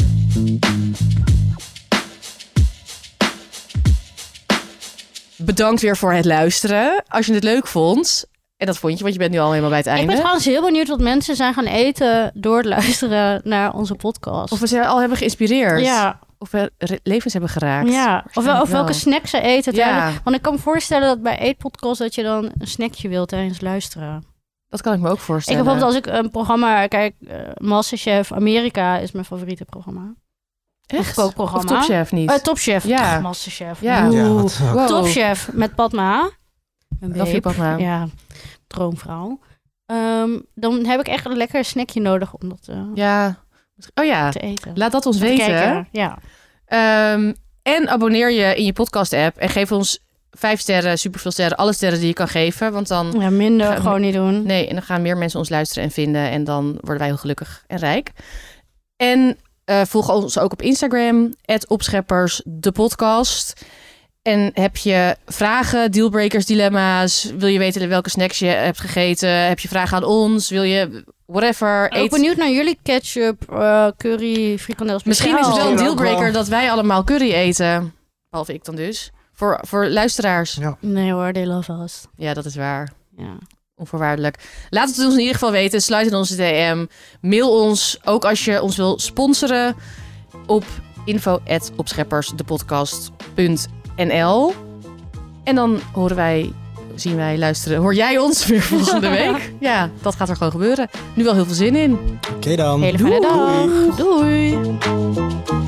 Bedankt weer voor het luisteren. Als je het leuk vond... En dat vond je, want je bent nu al helemaal bij het einde. Ik ben trouwens heel benieuwd wat mensen zijn gaan eten door het luisteren naar onze podcast. Of we ze al hebben geïnspireerd. Ja. Of we levens hebben geraakt. Ja. Of, wel, of welke snacks ze eten. Ja. Want ik kan me voorstellen dat bij eetpodcast dat je dan een snackje wilt tijdens luisteren. Dat kan ik me ook voorstellen. Ik heb bijvoorbeeld als ik een programma kijk, uh, Masterchef Amerika is mijn favoriete programma. Echt? Of kookprogramma. Of Topchef niet? Uh, Topchef. Ja. Masterchef. Ja. ja wow. Topchef met Padma. Love je Padma. Ja. Droomvrouw. Um, dan heb ik echt een lekker snackje nodig om dat uh, ja. Oh ja. te eten. Laat dat ons weten. Kijken. Ja. Um, en abonneer je in je podcast-app en geef ons vijf sterren, superveel sterren, alle sterren die je kan geven, want dan ja, minder gaan, gewoon niet doen. Nee, en dan gaan meer mensen ons luisteren en vinden en dan worden wij heel gelukkig en rijk. En uh, volg ons ook op Instagram at opscheppers de podcast. En heb je vragen, dealbreakers, dilemma's? Wil je weten welke snacks je hebt gegeten? Heb je vragen aan ons? Wil je whatever? Ik ben benieuwd naar jullie ketchup, uh, curry, frikandel speciaal. Misschien is het wel een dealbreaker dat wij allemaal curry eten. Behalve ik dan dus. Voor, voor luisteraars. Ja. Nee hoor, they love us. Ja, dat is waar. Ja. Onvoorwaardelijk. Laat het ons in ieder geval weten. Sluit in onze D M. Mail ons, ook als je ons wil sponsoren, op info at opscheppersdepodcast punt n l. En dan horen wij, zien wij, luisteren. Hoor jij ons weer volgende week? Ja, dat gaat er gewoon gebeuren. Nu wel heel veel zin in. Oké okay dan. Hele fijne dag. Doei.